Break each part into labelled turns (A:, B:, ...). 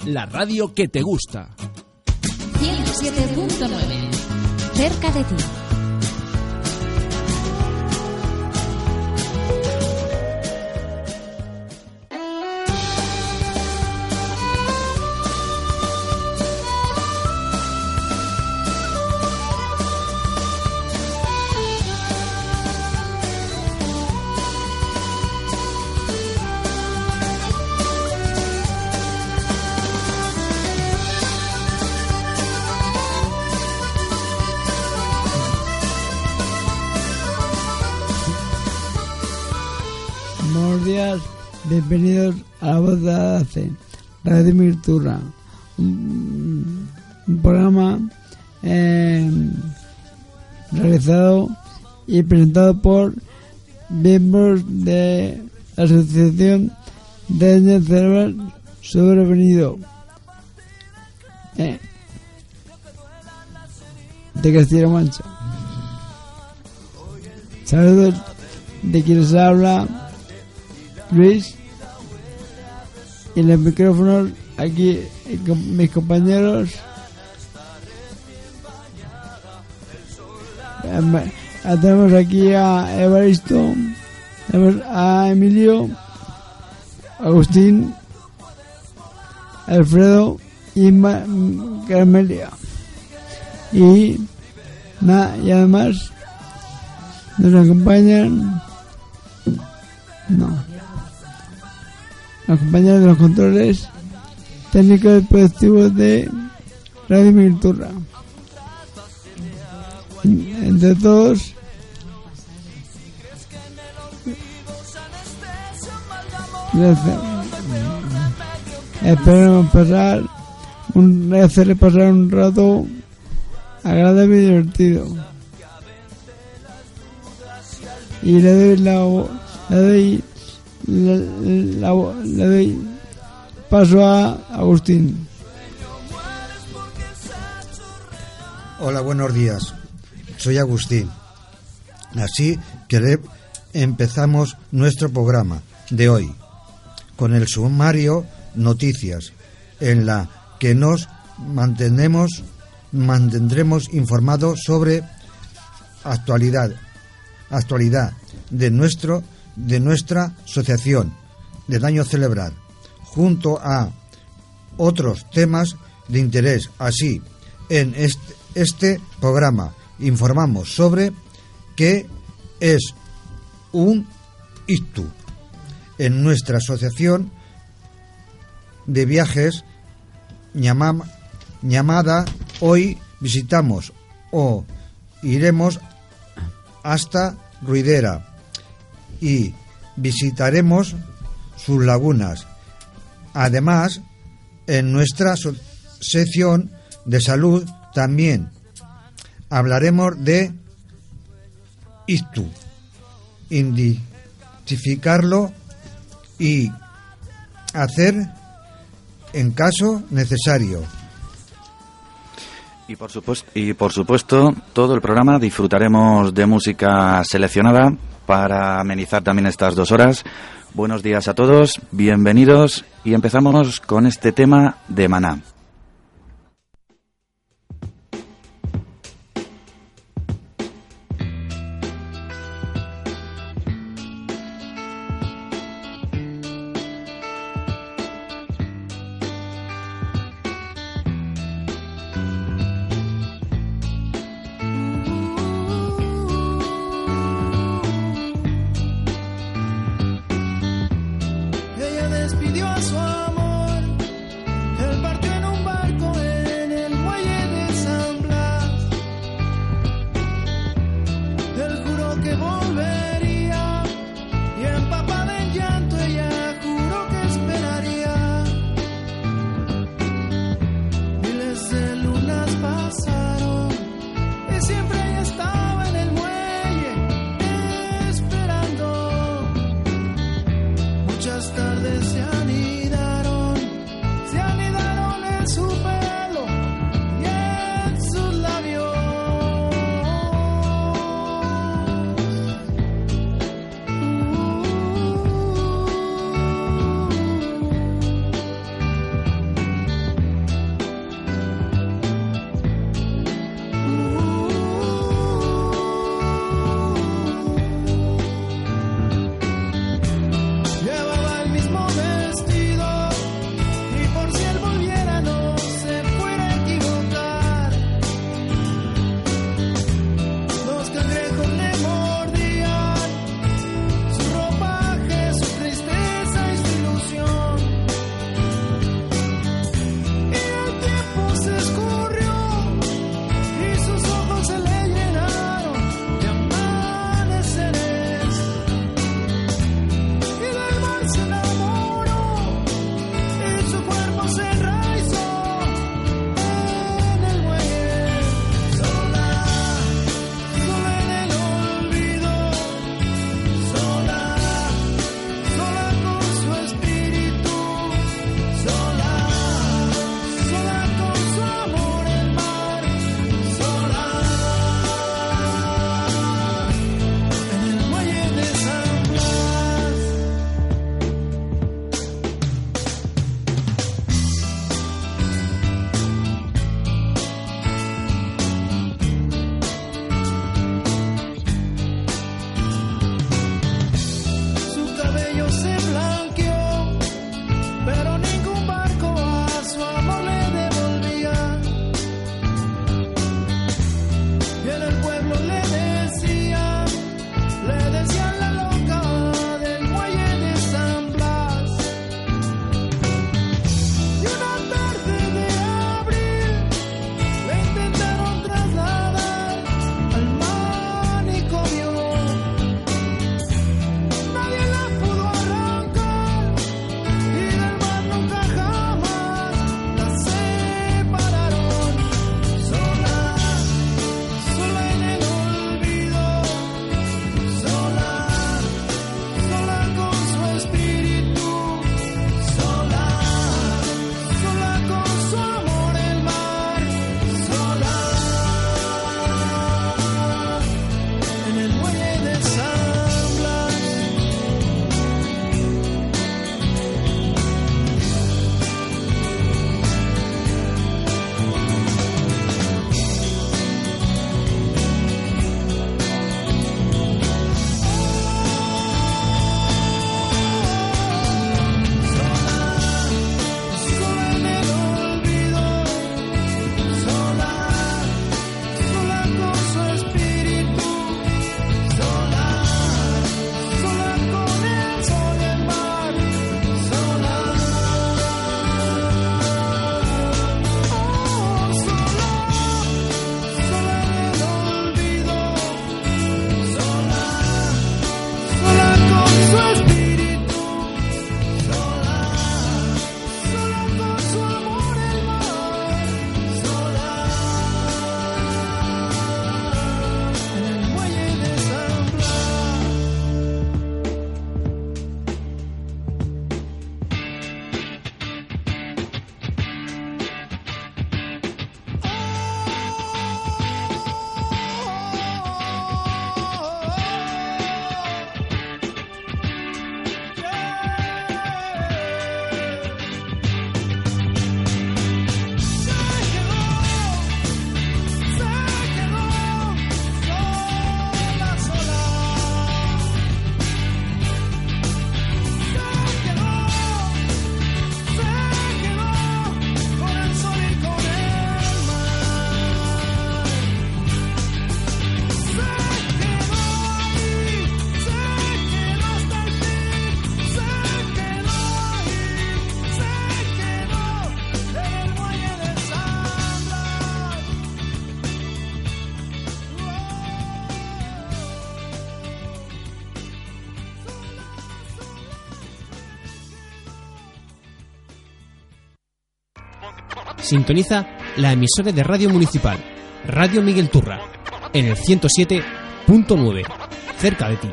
A: la radio que te gusta.
B: 107.9, cerca de ti.
C: Buenos días, bienvenidos a La Voz de Adace, Radio Mirturra, un programa realizado y presentado por miembros de la Asociación de Daño Cerebral Sobrevenido de Castilla-La Mancha. Saludos de quien les habla, Luis, y en los micrófonos aquí con mis compañeros. Tenemos aquí a Evaristo, a Emilio, Agustín, Alfredo y Carmelia. Y además nos acompañan de los controles técnicos y productivos de Radio Mirturra. Entre todos, esperamos hacerle pasar un rato agradable y divertido. Y le doy paso a Agustín.
D: Hola, buenos días. Soy Agustín. Así que empezamos nuestro programa de hoy con el sumario Noticias, en la que nos mantendremos informados sobre actualidad de nuestra asociación de daño cerebral, junto a otros temas de interés. Así, en este programa informamos sobre qué es un ictus. En nuestra asociación de viajes llamada Hoy visitamos o iremos hasta Ruidera y visitaremos sus lagunas. Además, en nuestra sección de salud también hablaremos de ictus, identificarlo y hacer en caso necesario.
E: Y por supuesto, todo el programa disfrutaremos de música seleccionada para amenizar también estas 2 horas. Buenos días a todos, bienvenidos, y empezamos con este tema de Maná.
F: Despidió a su amor, él partió en un barco en el muelle de San Blas. Él juró que volvería y empapada en llanto ella juró que esperaría. Miles de lunas pasaron y siempre ella estaba en el muelle esperando. Muchas tardes se anidaron
A: Sintoniza la emisora de Radio Municipal, Radio Miguel Turra, en el 107.9, cerca de ti.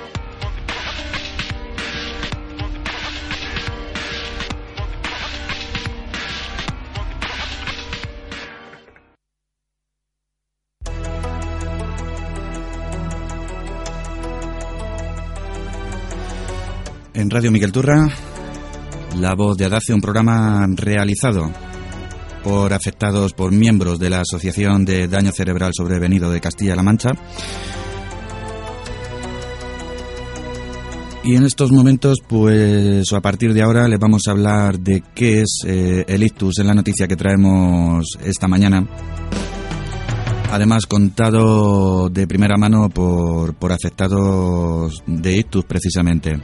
E: En Radio Miguel Turra, La Voz de Adace, un programa realizado por afectados, por miembros de la Asociación de Daño Cerebral Sobrevenido de Castilla-La Mancha. Y en estos momentos, pues a partir de ahora, les vamos a hablar de qué es el ictus, en la noticia que traemos esta mañana. Además, contado de primera mano por afectados de ictus, precisamente.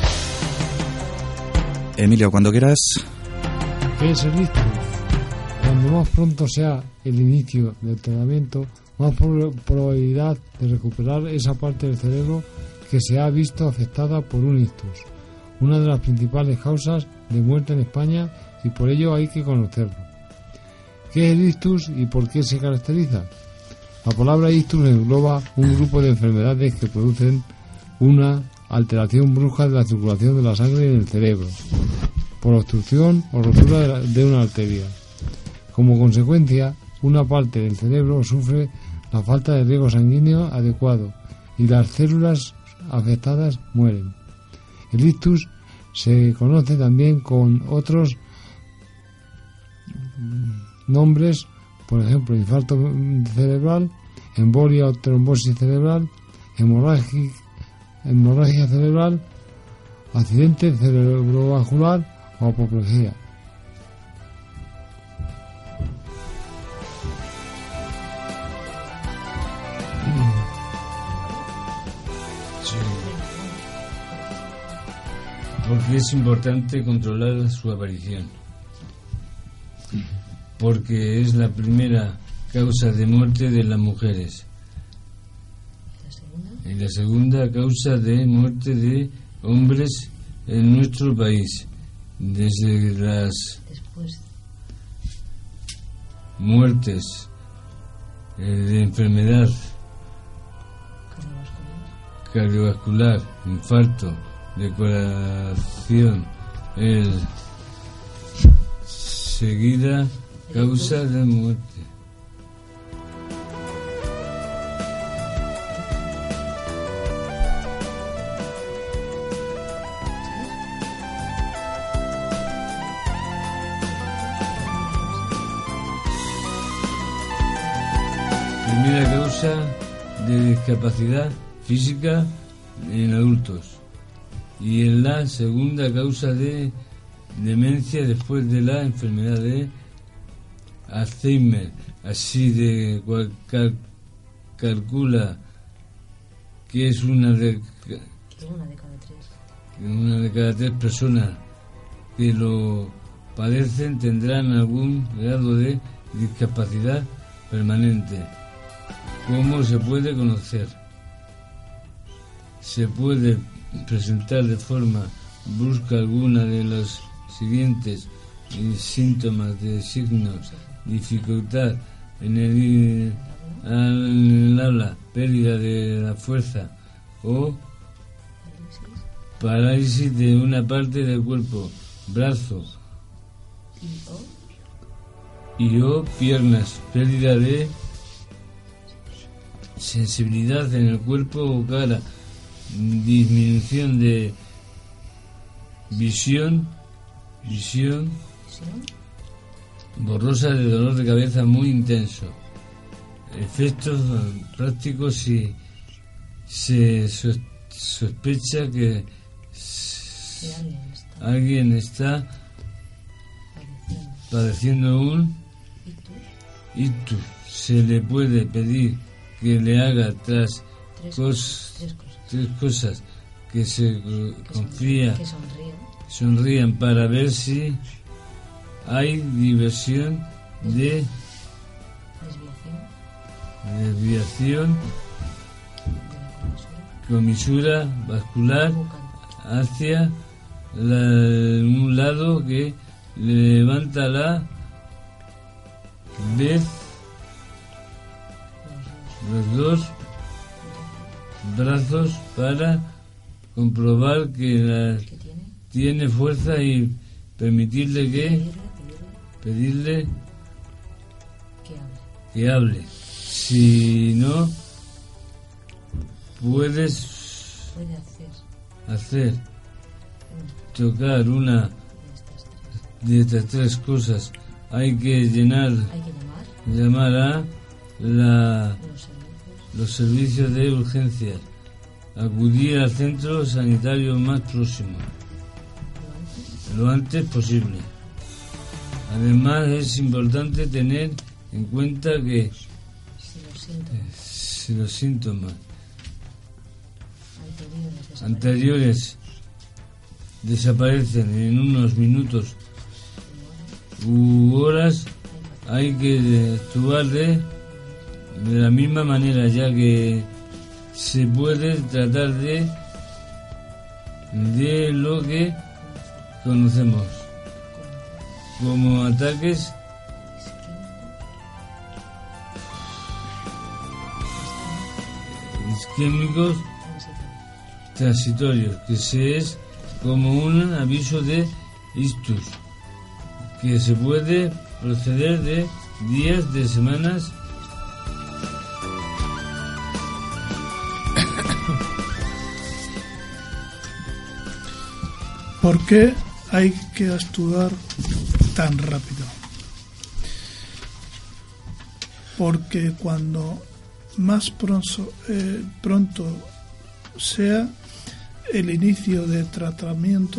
E: Emilio, cuando quieras.
C: ¿Qué es el ictus? Cuando más pronto sea el inicio del tratamiento, más probabilidad de recuperar esa parte del cerebro que se ha visto afectada por un ictus, una de las principales causas de muerte en España, y por ello hay que conocerlo. ¿Qué es el ictus y por qué se caracteriza? La palabra ictus engloba un grupo de enfermedades que producen una alteración brusca de la circulación de la sangre en el cerebro, por obstrucción o rotura de una arteria. Como consecuencia, una parte del cerebro sufre la falta de riego sanguíneo adecuado y las células afectadas mueren. El ictus se conoce también con otros nombres, por ejemplo, infarto cerebral, embolia o trombosis cerebral, hemorragia cerebral, accidente cerebrovascular o apoplejía.
G: Porque es importante controlar su aparición, porque es la primera causa de muerte de las mujeres y la segunda causa de muerte de hombres en nuestro país, desde las muertes de enfermedad cardiovascular, infarto de corazón, seguida causa de muerte. Primera causa de discapacidad física en adultos. Y en la segunda causa de demencia después de la enfermedad de Alzheimer. Así de calcula que es una de cada tres personas que lo padecen tendrán algún grado de discapacidad permanente. ¿Cómo se puede conocer? Se puede presentar de forma brusca alguna de los siguientes síntomas de signos: dificultad en el habla, pérdida de la fuerza o parálisis de una parte del cuerpo, brazo y o piernas, pérdida de sensibilidad en el cuerpo o cara, disminución de visión borrosa, de dolor de cabeza muy intenso. Efectos prácticos si se sospecha que alguien está padeciendo un ictus. Se le puede pedir que le haga tres cosas: que se sonrían para ver si hay desviación, comisura vascular hacia un lado, que levanta la vez los dos brazos para comprobar que tiene fuerza y pedirle que hable. Si no, puedes hacer tocar una de estas tres cosas. Hay que llamar a los servicios de urgencias, acudir al centro sanitario más próximo lo antes posible. Además, es importante tener en cuenta que si los síntomas anteriores desaparecen en unos minutos u horas, hay que actuar de la misma manera, ya que se puede tratar de lo que conocemos como ataques isquémicos transitorios, que es como un aviso de ictus, que se puede proceder de días, de semanas.
H: ¿Por qué hay que actuar tan rápido? Porque cuando más pronto sea el inicio de tratamiento,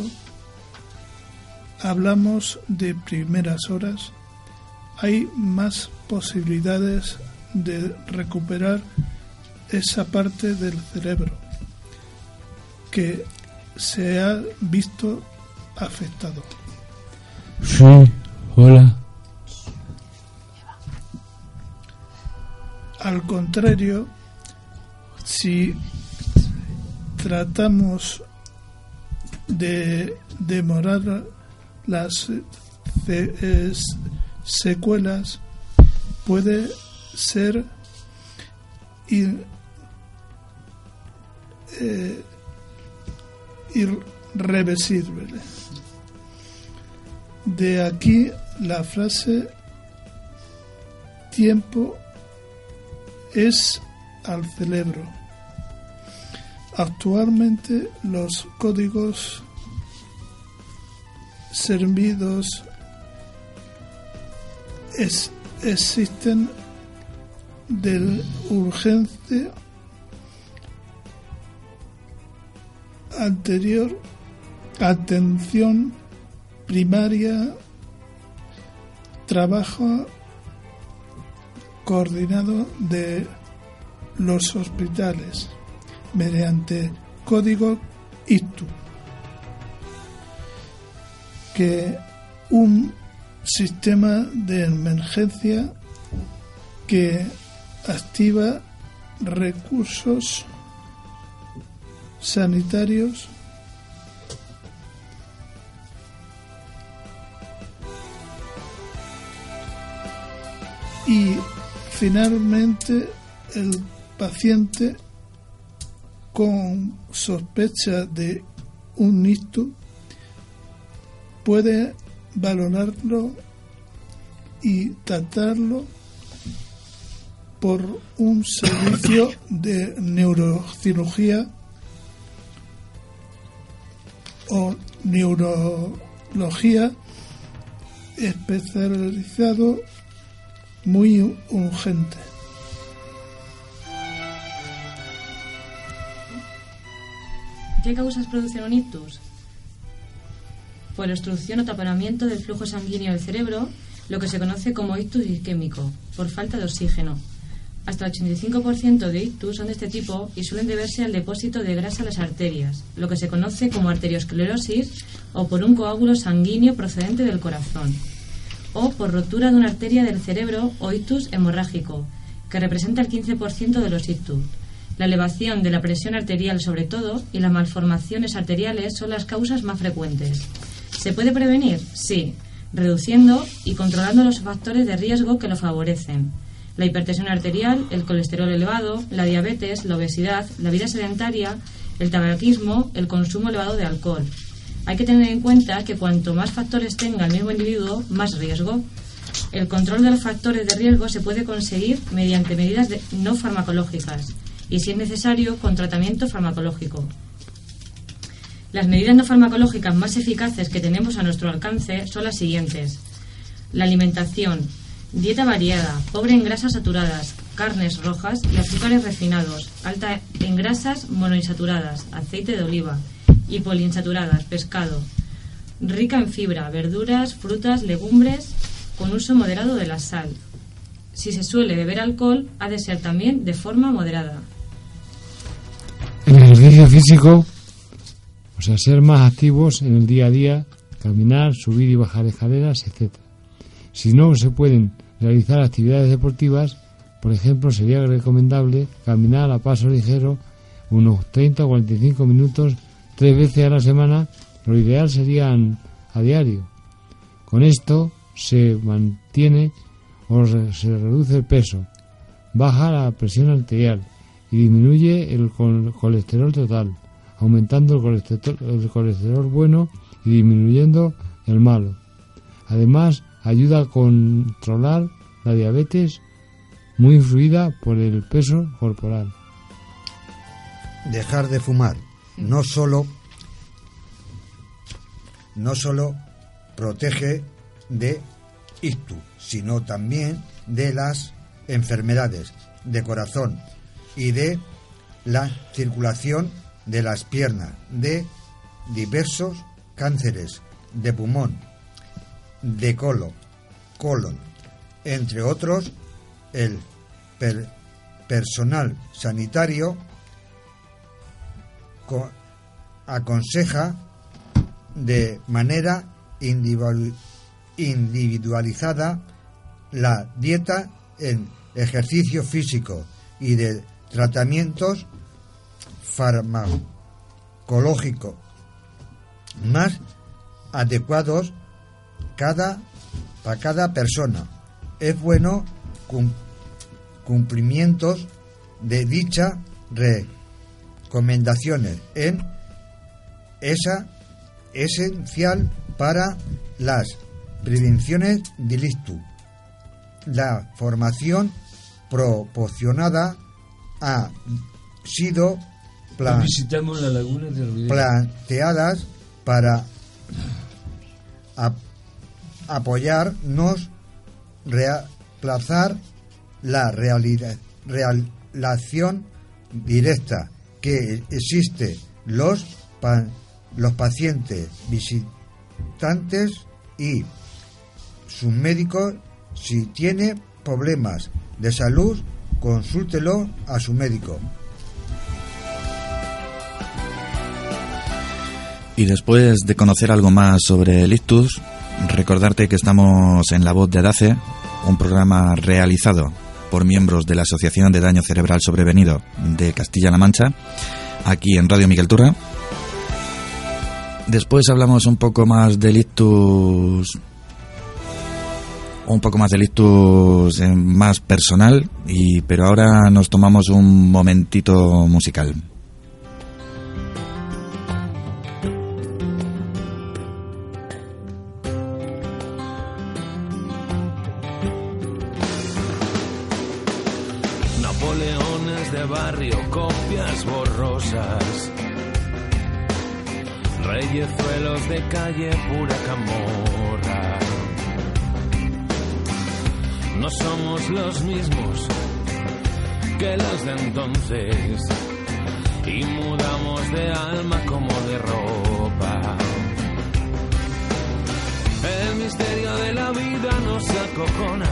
H: hablamos de primeras horas, hay más posibilidades de recuperar esa parte del cerebro que se ha visto afectado.
G: Sí, hola.
H: Al contrario, si tratamos de demorar las secuelas, puede ser irreversible. De aquí la frase tiempo es al cerebro. Actualmente los códigos servidos existen del urgente anterior, atención primaria, trabajo coordinado de los hospitales mediante código ictus, que un sistema de emergencia que activa recursos sanitarios y finalmente el paciente con sospecha de un ictus puede valorarlo y tratarlo por un servicio de neurocirugía o neurología especializado muy urgente.
I: ¿Qué causas producen un ictus? Por obstrucción o taponamiento del flujo sanguíneo del cerebro, lo que se conoce como ictus isquémico, por falta de oxígeno. Hasta el 85% de ictus son de este tipo y suelen deberse al depósito de grasa en las arterias, lo que se conoce como arteriosclerosis, o por un coágulo sanguíneo procedente del corazón, o por rotura de una arteria del cerebro o ictus hemorrágico, que representa el 15% de los ictus. La elevación de la presión arterial sobre todo y las malformaciones arteriales son las causas más frecuentes. ¿Se puede prevenir? Sí. reduciendo y controlando los factores de riesgo que lo favorecen: la hipertensión arterial, el colesterol elevado, la diabetes, la obesidad, la vida sedentaria, el tabaquismo, el consumo elevado de alcohol. Hay que tener en cuenta que cuanto más factores tenga el mismo individuo, más riesgo. El control de los factores de riesgo se puede conseguir mediante medidas no farmacológicas y, si es necesario, con tratamiento farmacológico. Las medidas no farmacológicas más eficaces que tenemos a nuestro alcance son las siguientes: la alimentación, dieta variada, pobre en grasas saturadas, carnes rojas y azúcares refinados, alta en grasas monoinsaturadas, aceite de oliva y poliinsaturadas, pescado, rica en fibra, verduras, frutas, legumbres, con uso moderado de la sal. Si se suele beber alcohol, ha de ser también de forma moderada.
C: El ejercicio físico, o sea, ser más activos en el día a día, caminar, subir y bajar escaleras, etc. Si no se pueden realizar actividades deportivas, por ejemplo, sería recomendable caminar a paso ligero unos 30 o 45 minutos 3 veces a la semana. Lo ideal serían a diario. Con esto se mantiene o se reduce el peso, baja la presión arterial y disminuye el colesterol total, aumentando el colesterol bueno y disminuyendo el malo. Además, ayuda a controlar la diabetes, muy influida por el peso corporal.
D: Dejar de fumar no solo protege de ictus, sino también de las enfermedades de corazón y de la circulación de las piernas, de diversos cánceres de pulmón, de colon, entre otros. El personal sanitario aconseja de manera individualizada la dieta en ejercicio físico y de tratamientos farmacológicos más adecuados para cada persona. Es bueno cumplimientos de dichas recomendaciones en esa esencial para las prevenciones del ictus. La formación proporcionada ha sido
G: visitamos la laguna de Ruidera,
D: planteadas para apoyarnos, reemplazar la relación directa que existe los pacientes visitantes y sus médicos. Si tiene problemas de salud, consúltelo a su médico.
E: Y después de conocer algo más sobre el ictus, recordarte que estamos en La Voz de Dace, un programa realizado por miembros de la Asociación de Daño Cerebral Sobrevenido de Castilla-La Mancha, aquí en Radio Miguel Turra. Después hablamos un poco más del ictus, más personal, pero ahora nos tomamos un momentito musical.
F: Napoleones de barrio, copias borrosas, reyezuelos de calle, pura camorra. No somos los mismos que los de entonces y mudamos de alma como de ropa. El misterio de la vida nos acojona,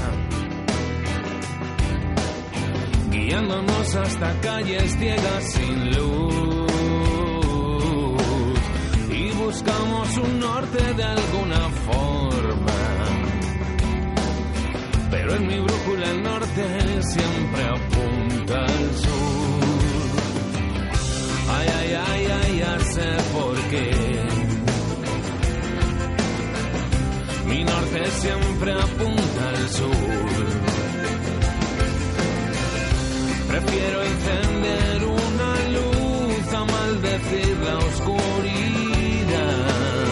F: guiándonos hasta calles ciegas sin luz, y buscamos un norte de alguna forma, pero en mi brújula el norte siempre apunta al sur. Ay, ay, ay, ay, ya sé por qué. Mi norte norte siempre apunta al sur. Prefiero encender una luz a maldecir la oscuridad.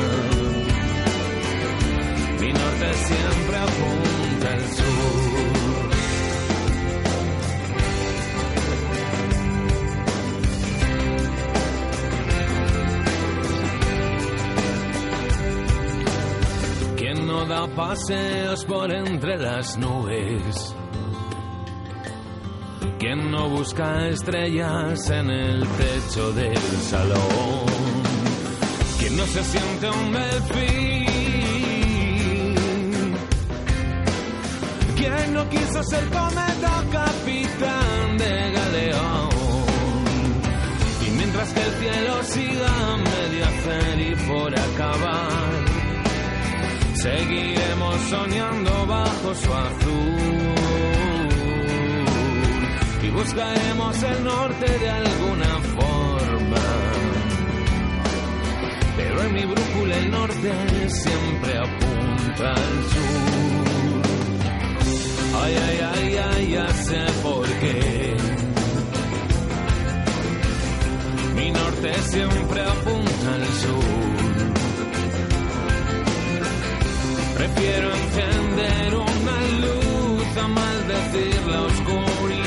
F: Mi norte siempre apunta al sur. ¿Quién no da paseos por entre las nubes? ¿Quién no busca estrellas en el techo del salón? ¿Quién no se siente un delfín? ¿Quién no quiso ser cometa o capitán de galeón? Y mientras que el cielo siga medio hacer y por acabar, seguiremos soñando bajo su azul. Y buscaremos el norte de alguna forma, pero en mi brújula el norte siempre apunta al sur. Ay, ay, ay, ay, ya sé por qué. Mi norte siempre apunta al sur. Prefiero encender una luz a maldecir la oscuridad.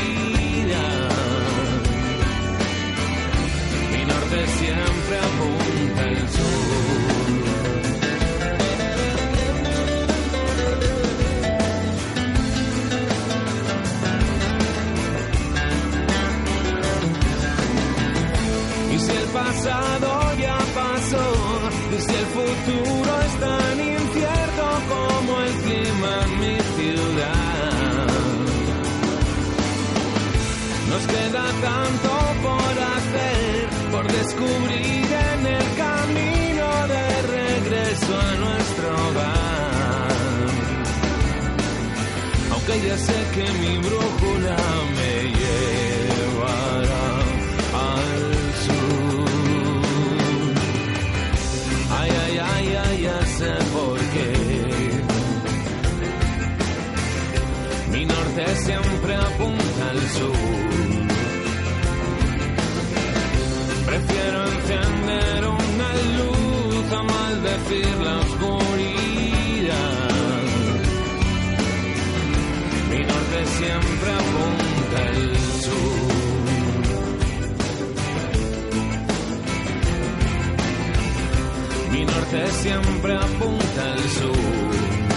F: Siempre apunta al sur. Y si el pasado ya pasó, y si el futuro es tan incierto como el clima en mi ciudad, nos queda tanto por hacer, por descubrir en el camino de regreso a nuestro hogar. Aunque ya sé que mi brújula me llevará al sur. Ay, ay, ay, ay, ya sé por qué. Mi norte siempre apunta al sur. Prefiero encender una luz a maldecir la oscuridad. Mi norte siempre apunta al sur. Mi norte siempre apunta al sur.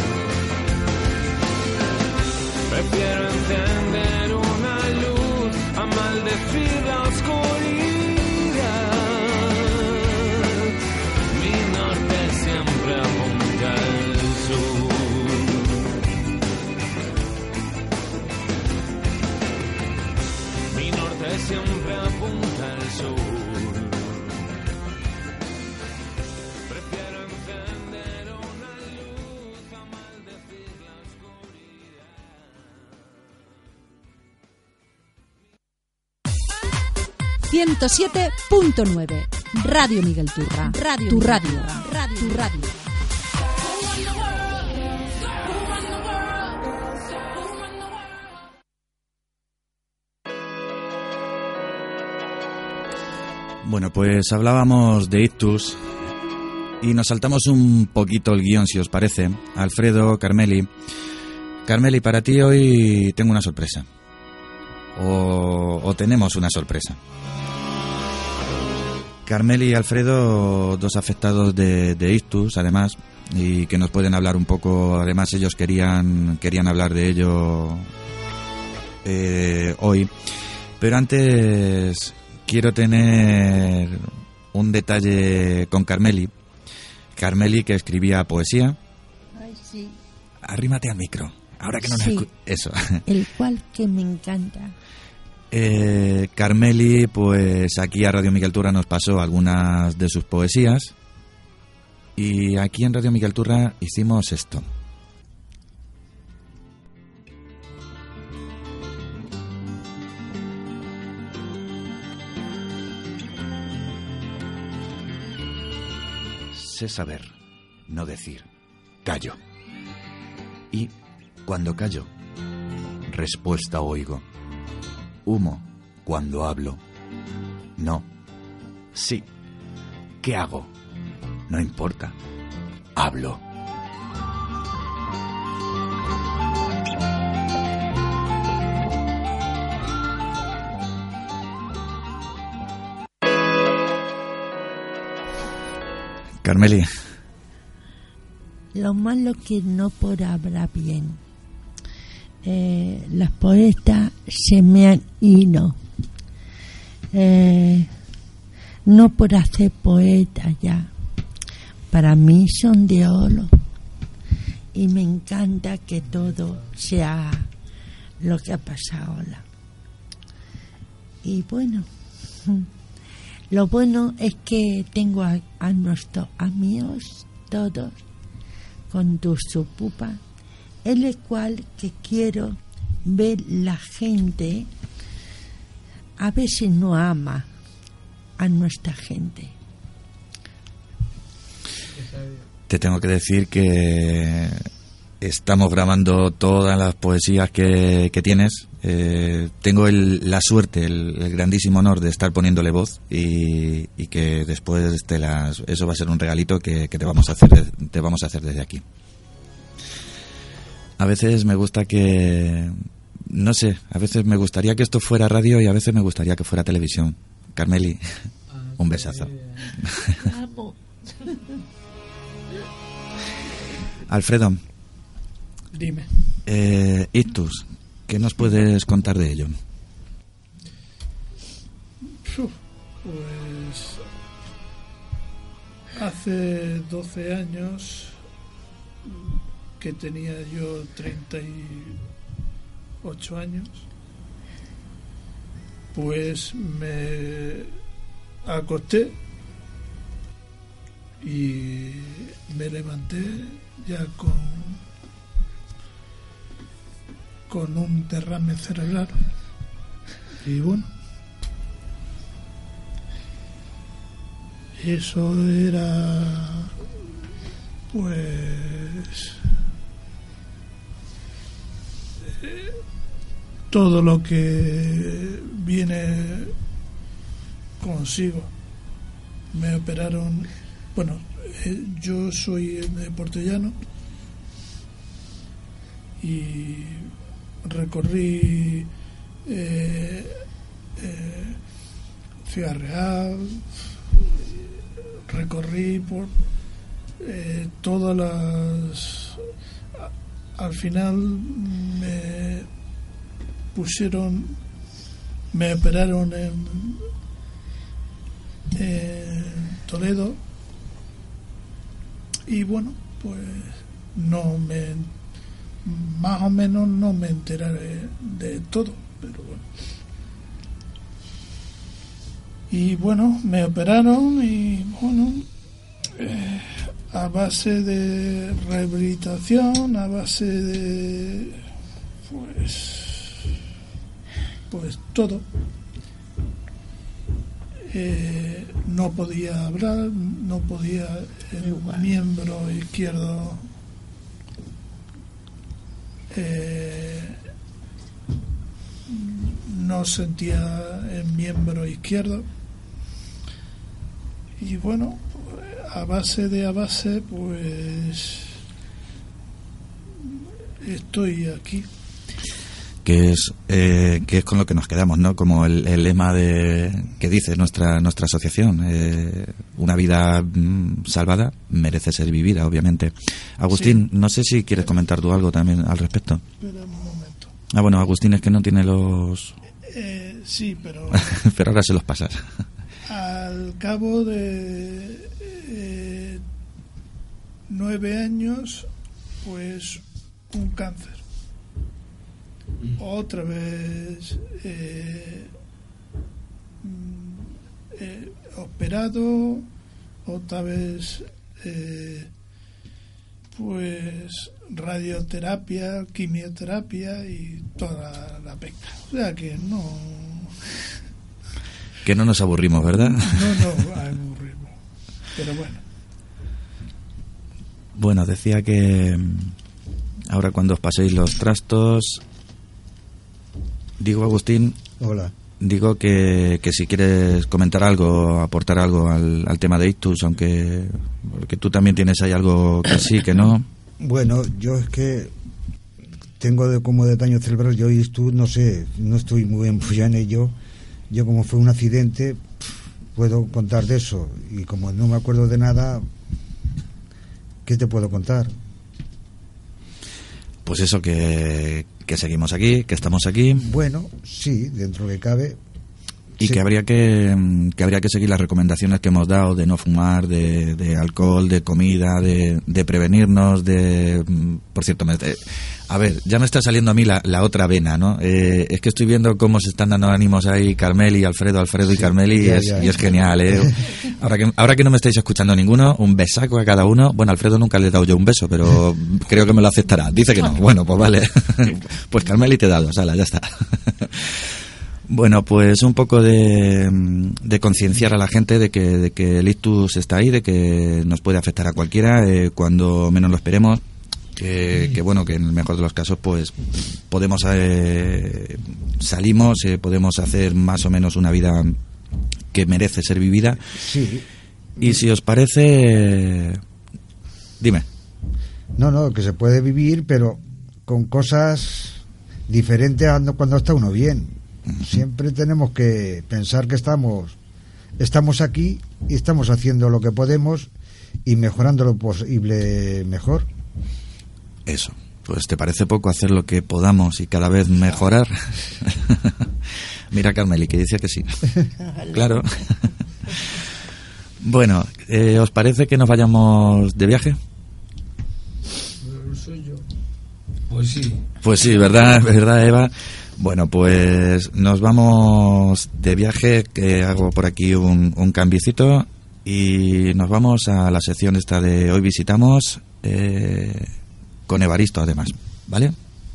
F: Prefiero encender una luz a maldecir la oscuridad. Siempre apunta al sur. Prefiero encender una luz a maldecir la
B: oscuridad. 107.9 Radio Miguel Turra. Tu radio. Tu radio.
E: Bueno, pues hablábamos de ictus y nos saltamos un poquito el guión, si os parece. Alfredo, Carmeli. Carmeli, para ti hoy tengo una sorpresa. O tenemos una sorpresa. Carmeli y Alfredo, dos afectados de ictus, además, y que nos pueden hablar un poco. Además, ellos querían hablar de ello hoy. Pero antes quiero tener un detalle con Carmeli. Carmeli, que escribía poesía.
J: Ay, sí.
E: Arrímate al micro. Ahora que no
J: sí.
E: nos eso.
J: El cual que me encanta.
E: Carmeli, pues aquí a Radio Miguel Turra nos pasó algunas de sus poesías. Y aquí en Radio Miguel Turra hicimos esto. Sé saber, no decir. Callo. Y cuando callo, respuesta oigo. Humo cuando hablo. No. Sí. ¿Qué hago? No importa. Hablo. Carmeli.
J: Lo malo que no por hablar bien. Las poetas se me han ido. No por hacer poetas ya. Para mí son de oro. Y me encanta que todo sea lo que ha pasado ahora. Y bueno, lo bueno es que tengo a nuestros amigos todos con su pupa, en el cual que quiero ver la gente, a ver si no ama a nuestra gente.
E: Te tengo que decir que estamos grabando todas las poesías que tienes. Tengo la suerte, el grandísimo honor de estar poniéndole voz y que después eso va a ser un regalito que te vamos a hacer desde aquí. A veces me gusta a veces me gustaría que esto fuera radio y a veces me gustaría que fuera televisión. Carmeli, un besazo.
J: Amo.
E: Alfredo.
H: Dime.
E: Ictus, ¿qué nos puedes contar de ello?
H: Pues hace 12 años que tenía yo 38 años, pues me acosté y me levanté ya con un derrame cerebral. Y bueno, eso era pues todo lo que viene consigo. Me operaron, bueno, yo soy de Portellano y recorrí Ciudad Real, recorrí por todas las... Al final me operaron en Toledo y bueno, pues más o menos no me enteraré de todo, pero bueno. Y bueno, me operaron y bueno, a base de rehabilitación, a base de pues todo. No podía hablar, no podía, el miembro izquierdo no sentía el miembro izquierdo y bueno, a base pues estoy aquí.
E: Que es con lo que nos quedamos, ¿no? Como el lema que dice nuestra asociación, una vida salvada merece ser vivida, obviamente. Agustín, sí. No sé si quieres comentar tú algo también al respecto.
H: Espera un momento.
E: Bueno, Agustín es que no tiene los...
H: sí, pero...
E: pero ahora se los pasas.
H: Al cabo de 9 años, pues un cáncer. Otra vez operado, otra vez pues radioterapia, quimioterapia y toda la pesca. O sea que no...
E: Que no nos aburrimos, ¿verdad?
H: No aburrimos. Pero bueno.
E: Bueno, decía que ahora cuando os paséis los trastos. Digo, Agustín.
D: Hola.
E: Digo que si quieres comentar algo, aportar algo al tema de ictus, aunque porque tú también tienes ahí algo que sí, que no.
D: Bueno, yo es que tengo como de daño cerebral, yo ictus, no sé, no estoy muy en ello. Yo como fue un accidente, puedo contar de eso, y como no me acuerdo de nada, ¿qué te puedo contar?
E: Pues eso, que seguimos aquí, que estamos aquí.
D: Bueno, sí, dentro que cabe.
E: Y sí. que habría que seguir las recomendaciones que hemos dado de no fumar, de alcohol, de comida, de prevenirnos, por cierto, a ver, ya me está saliendo a mí la otra vena, ¿no? Es que estoy viendo cómo se están dando ánimos ahí Carmeli, Alfredo y Carmeli, y es genial, ¿eh? Ahora que no me estáis escuchando ninguno, un besaco a cada uno. Bueno, Alfredo nunca le he dado yo un beso, pero creo que me lo aceptará. Dice que no. Bueno, pues vale. Pues Carmeli te he dado, sala, ya está. Bueno, pues un poco de concienciar a la gente de que el ictus está ahí, de que nos puede afectar a cualquiera cuando menos lo esperemos, que bueno, que en el mejor de los casos pues podemos salimos, podemos hacer más o menos una vida que merece ser vivida.
D: Sí.
E: Y si os parece, dime.
D: No, que se puede vivir, pero con cosas diferentes a cuando está uno bien. Siempre tenemos que pensar que estamos aquí y estamos haciendo lo que podemos y mejorando lo posible mejor.
E: Eso. Pues ¿te parece poco hacer lo que podamos y cada vez mejorar? Mira Carmeli, que dice que sí. Claro. Bueno, ¿os parece que nos vayamos de viaje? Pues sí, ¿verdad, Eva? Bueno, pues nos vamos de viaje, que hago por aquí un cambiecito y nos vamos a la sección esta de Hoy Visitamos, con Evaristo además, ¿vale?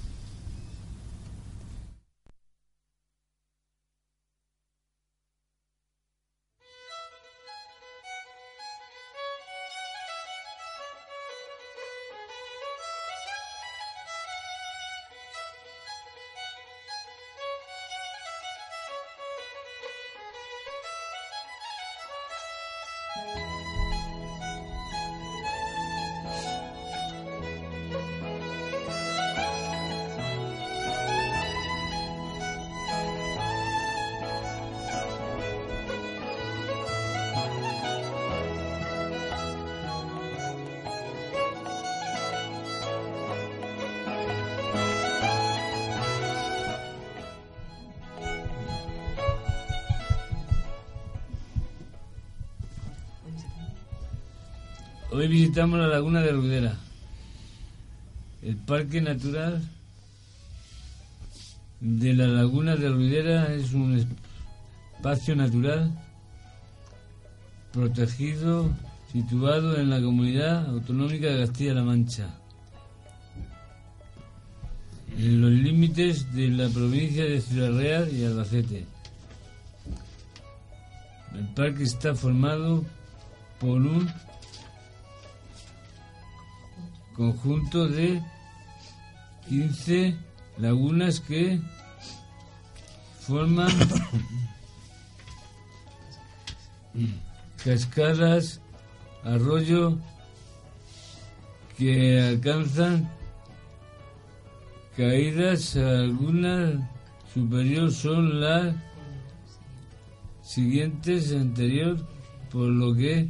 G: Hoy visitamos la laguna de Rudera. El Parque Natural de la Laguna de Rudera es un espacio natural protegido situado en la Comunidad Autonómica de Castilla-La Mancha, en los límites de la provincia de Ciudad Real y Albacete. El parque está formado por un conjunto de 15 lagunas que forman cascadas, arroyo que alcanzan caídas. Algunas superior son las siguientes anterior, por lo que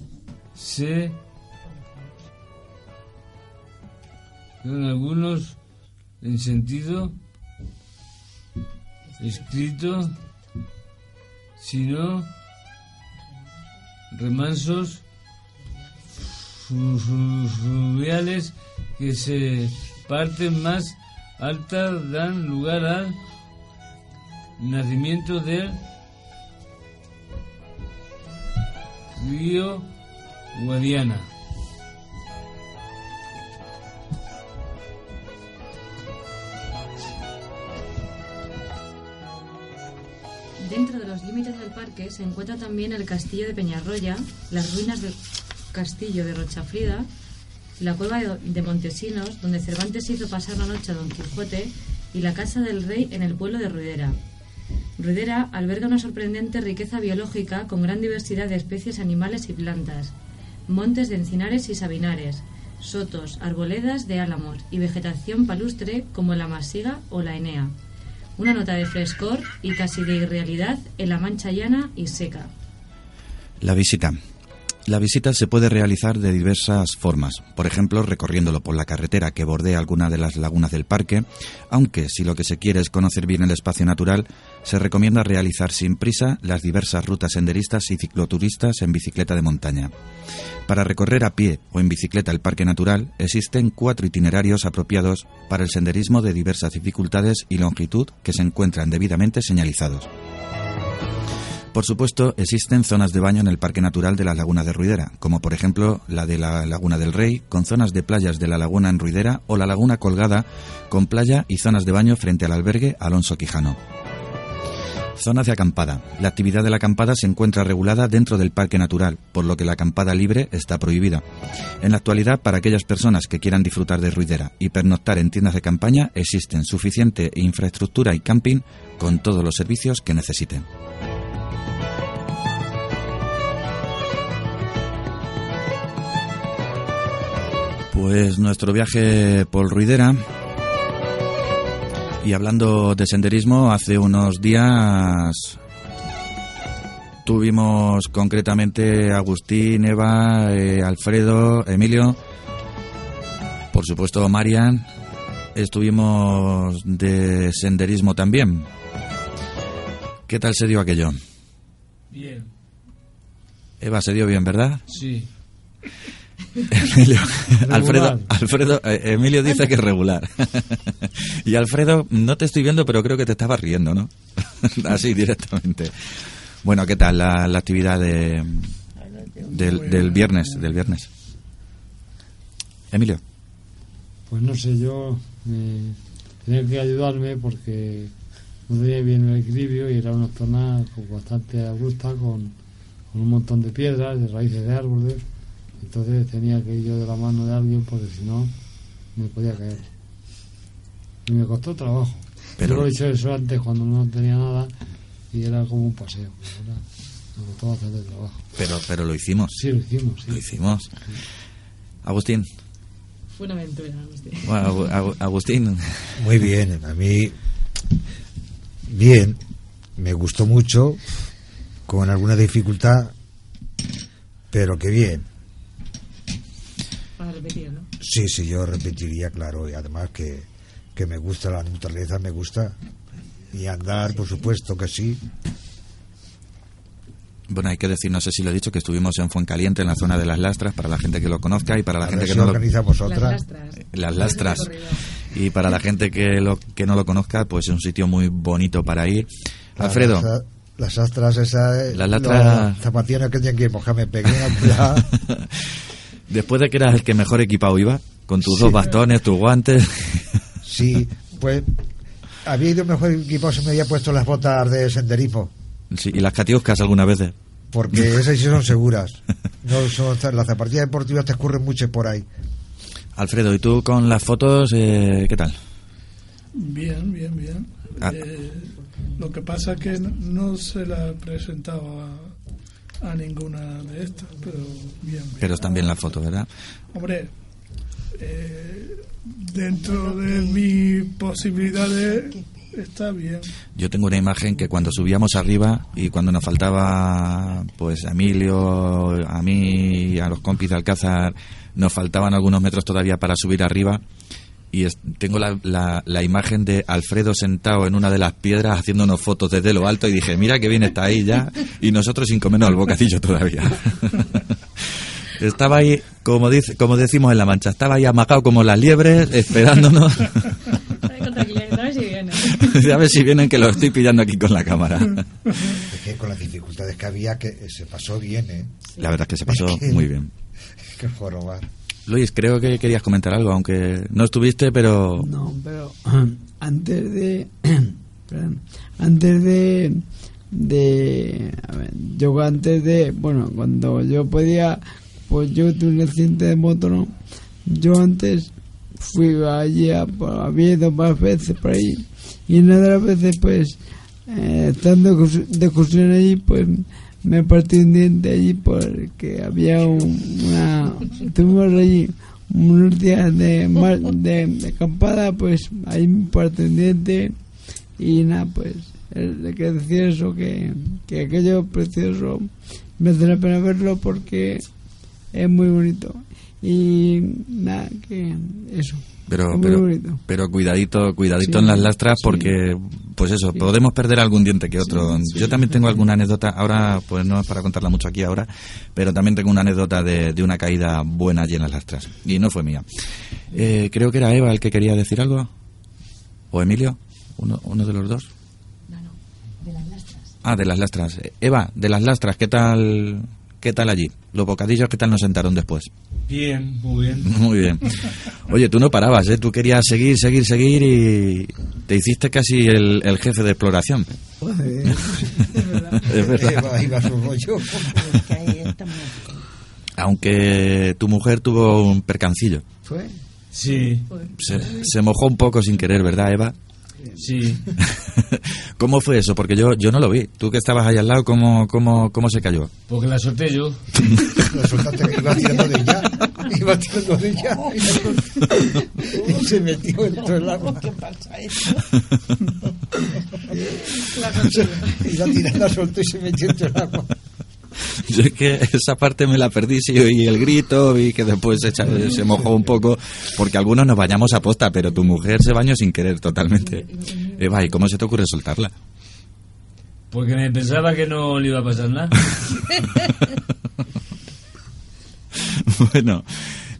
G: son algunos en sentido escrito, sino remansos fluviales que se parten más altas dan lugar al nacimiento del río Guadiana.
I: Dentro de los límites del parque se encuentra también el castillo de Peñarroya, las ruinas del castillo de Rochafrida la cueva de Montesinos, donde Cervantes hizo pasar la noche a Don Quijote, y la casa del rey en el pueblo de Ruidera. Ruidera alberga una sorprendente riqueza biológica con gran diversidad de especies animales y plantas, montes de encinares y sabinares, sotos, arboledas de álamos y vegetación palustre como la masiga o la enea. Una nota de frescor y casi de irrealidad en la mancha llana y seca.
E: La visita. La visita se puede realizar de diversas formas, por ejemplo, recorriéndolo por la carretera que bordea alguna de las lagunas del parque, aunque si lo que se quiere es conocer bien el espacio natural, se recomienda realizar sin prisa las diversas rutas senderistas y cicloturistas en bicicleta de montaña. Para recorrer a pie o en bicicleta el parque natural, existen 4 itinerarios apropiados para el senderismo de diversas dificultades y longitud que se encuentran debidamente señalizados. Por supuesto, existen zonas de baño en el Parque Natural de la Laguna de Ruidera, como por ejemplo la de la Laguna del Rey, con zonas de playas de la Laguna en Ruidera, o la Laguna Colgada, con playa y zonas de baño frente al albergue Alonso Quijano. Zonas de acampada. La actividad de la acampada se encuentra regulada dentro del Parque Natural, por lo que la acampada libre está prohibida. En la actualidad, para aquellas personas que quieran disfrutar de Ruidera y pernoctar en tiendas de campaña, existen suficiente infraestructura y camping con todos los servicios que necesiten. Pues nuestro viaje por Ruidera. Y hablando de senderismo, hace unos días tuvimos concretamente a Agustín, Eva, Alfredo, Emilio, por supuesto Marian. Estuvimos de senderismo también. ¿Qué tal se dio aquello?
G: Bien.
E: Eva, se dio bien, ¿verdad?
G: Sí.
E: Emilio, Alfredo, Emilio dice que es regular. Y Alfredo, no te estoy viendo, pero creo que te estabas riendo, ¿no? Así directamente. Bueno, ¿qué tal la actividad del viernes? Emilio.
C: Pues no sé, yo tenía que ayudarme porque no tenía bien el equilibrio y era una zona bastante abrupta con un montón de piedras, de raíces de árboles. Entonces tenía que ir yo de la mano de alguien porque si no me podía caer. Y me costó trabajo. Pero yo lo he hecho eso antes cuando no tenía nada y era como un paseo. ¿Verdad? Me costó bastante trabajo.
E: Pero lo hicimos.
C: Sí, lo hicimos. Sí.
E: Lo hicimos. Sí. Agustín.
I: Fue una aventura, Agustín.
E: Bueno, Agustín.
D: Muy bien, a mí bien, me gustó mucho, con alguna dificultad, pero que bien.
I: Para repetir, ¿no?
D: Sí, yo repetiría, claro, y además que me gusta la naturaleza, me gusta, y andar, por supuesto que sí.
E: Bueno, hay que decir, no sé si lo he dicho, que estuvimos en Fuencaliente, en la zona de Las Lastras, para la gente que lo conozca y para la gente que no lo
D: organizamos otra.
E: Las Lastras. Y para la gente que no lo conozca, pues es un sitio muy bonito para ir. Alfredo.
D: Las Lastras, esas
E: las
D: zapatillas que tenían que mojar, me pegué
E: Después de que eras el que mejor equipado iba, con tus 2 bastones, tus guantes.
D: Sí, pues había ido mejor equipado si me había puesto las botas de senderismo.
E: Sí, y las catiuscas algunas veces.
D: Porque esas sí son seguras. No son, las zapatillas deportivas te escurren mucho por ahí.
E: Alfredo, ¿y tú con las fotos qué tal?
H: Bien. Lo que pasa es que no se la he presentado a ninguna de estas, pero bien.
E: Pero están bien las fotos, ¿verdad?
H: Hombre, dentro de mis posibilidades está bien.
E: Yo tengo una imagen que cuando subíamos arriba y cuando nos faltaba pues a Emilio, a mí, a los compis de Alcázar, nos faltaban algunos metros todavía para subir arriba, y tengo la imagen de Alfredo sentado en una de las piedras haciéndonos fotos desde lo alto, y dije, mira que bien está ahí ya, y nosotros sin comernos el bocadillo todavía. Estaba ahí, como decimos en La Mancha, estaba ahí amagado como las liebres, esperándonos. A ver si vienen, que lo estoy pillando aquí con la cámara.
D: Es que con las dificultades que había, que se pasó bien, ¿eh?
E: La verdad es que se pasó muy bien.
D: Qué jorobar.
E: Luis, creo que querías comentar algo, aunque no estuviste, pero...
K: No, pero antes de... a ver, yo antes de... Bueno, cuando yo podía... Pues yo tuve un accidente de moto, ¿no? yo antes fui allí había ido más veces por ahí, y una de las veces pues estando de excursión allí, pues me partí un diente allí porque había tuvimos allí unos días de acampada, pues ahí me partí un diente y nada, pues el que decía eso, que aquello precioso merece la pena verlo porque es muy bonito, y nada, que eso.
E: Pero cuidadito sí, en las lastras, porque pues eso, sí, podemos perder algún diente que otro. Sí, yo también tengo alguna anécdota, ahora pues no es para contarla mucho aquí ahora, pero también tengo una anécdota de una caída buena allí en las lastras, y no fue mía. Creo que era Eva el que quería decir algo, o Emilio, uno de los dos.
I: No, de las lastras.
E: Ah, de las lastras. Eva, de las lastras, ¿qué tal allí? ¿Los bocadillos qué tal nos sentaron después?
G: Bien, muy bien.
E: Muy bien. Oye, tú no parabas, ¿eh? Tú querías seguir y te hiciste casi el jefe de exploración.
K: Joder,
E: es verdad.
D: Iba a su rollo.
E: Aunque tu mujer tuvo un percancillo.
K: ¿Fue?
G: Sí.
E: Se mojó un poco sin querer, ¿verdad, Eva?
G: Sí.
E: ¿Cómo fue eso? Porque yo no lo vi. Tú que estabas ahí al lado, ¿cómo se cayó?
G: Porque la solté yo.
D: La soltaste, que iba tirando de ella. Y se metió dentro del agua.
J: ¿Qué pasa eso?
D: La soltó y se metió dentro del agua.
E: Yo es que esa parte me la perdí, sí, oí el grito, vi que después se mojó un poco, porque algunos nos bañamos a posta, pero tu mujer se bañó sin querer totalmente. Eva, ¿y cómo se te ocurre soltarla?
G: Porque me pensaba que no le iba a pasar nada.
E: Bueno,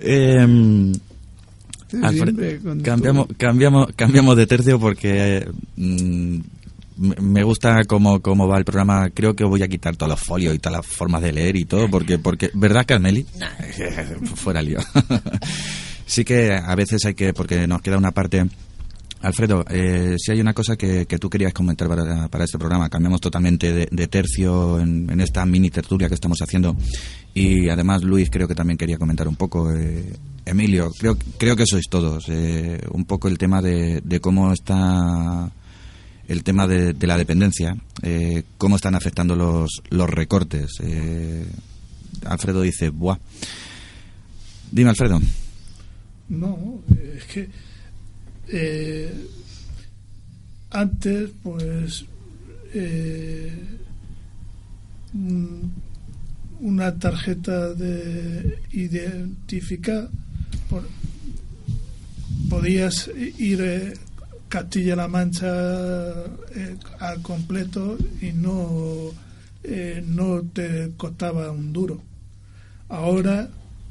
E: cambiamos de tercio porque me gusta cómo va el programa. Creo que voy a quitar todos los folios y todas las formas de leer y todo, porque ¿verdad, Carmeli? Fuera lío. Sí que a veces hay que, porque nos queda una parte. Alfredo, si hay una cosa que tú querías comentar para este programa, cambiamos totalmente de tercio en esta mini tertulia que estamos haciendo, y además Luis creo que también quería comentar un poco, Emilio, creo que sois todos, un poco el tema de cómo está el tema de la dependencia, cómo están afectando los recortes. Alfredo dice, ¡buah! Dime, Alfredo.
H: No, es que antes, pues, una tarjeta de identificar, podías ir Castilla-La Mancha al completo y no te costaba un duro. Ahora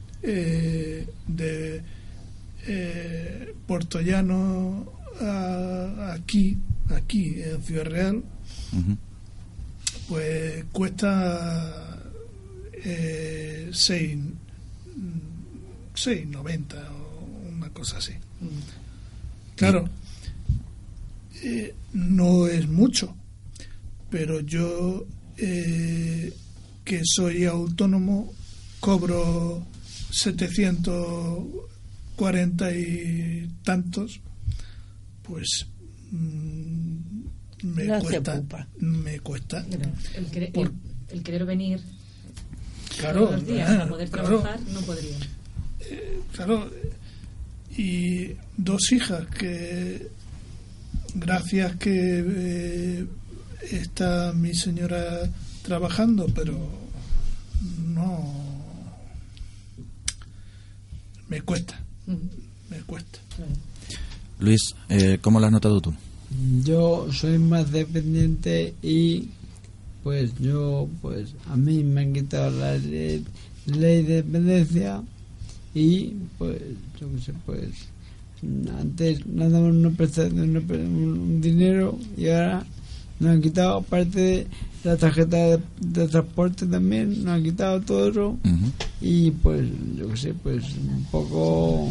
H: de Puerto Llano aquí en Ciudad Real, pues cuesta 6,90 o una cosa así. Claro, no es mucho, pero yo que soy autónomo cobro 740 y tantos, pues me cuesta.
I: El querer venir
H: todos
I: los días para poder trabajar no podría.
H: Claro, y 2 hijas que gracias que está mi señora trabajando, pero no me cuesta.
E: Luis, ¿cómo lo has notado tú?
K: Yo soy más dependiente y pues a mí me han quitado la ley de dependencia y pues yo qué sé, pues antes nada más no prestaba un dinero y ahora nos han quitado, aparte de la tarjeta de transporte también, nos han quitado todo eso. Y pues yo qué sé, pues un poco.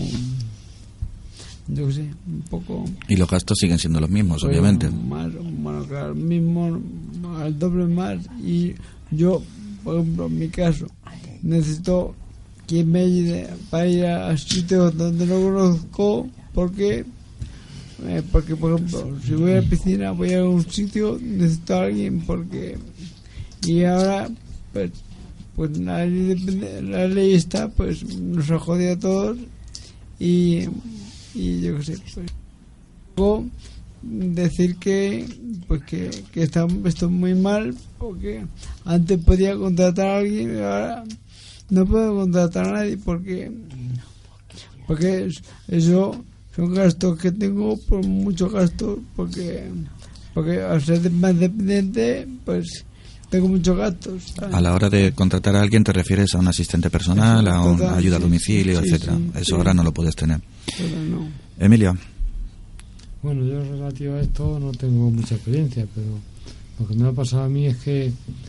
E: Y los gastos siguen siendo los mismos, pues, obviamente.
K: Bueno, claro, mismo, al doble más. Y yo, por ejemplo, en mi caso, necesito quien me ayude para ir a sitios donde no conozco, porque por ejemplo, si voy a la piscina, voy a un sitio, necesito a alguien, porque y ahora pues la ley está, pues nos ha jodido a todos y yo qué sé, pues puedo decir que esto es muy mal, porque antes podía contratar a alguien y ahora no puedo contratar a nadie porque eso son gastos que tengo, por muchos gastos, porque al ser más dependiente, pues tengo muchos gastos, ¿sabes?
E: A la hora de contratar a alguien te refieres a un asistente personal, a una ayuda a domicilio, etcétera. Eso ahora no lo puedes tener.
K: Pero no.
E: Emilio.
C: Bueno, yo relativo a esto no tengo mucha experiencia, pero lo que me ha pasado a mí es que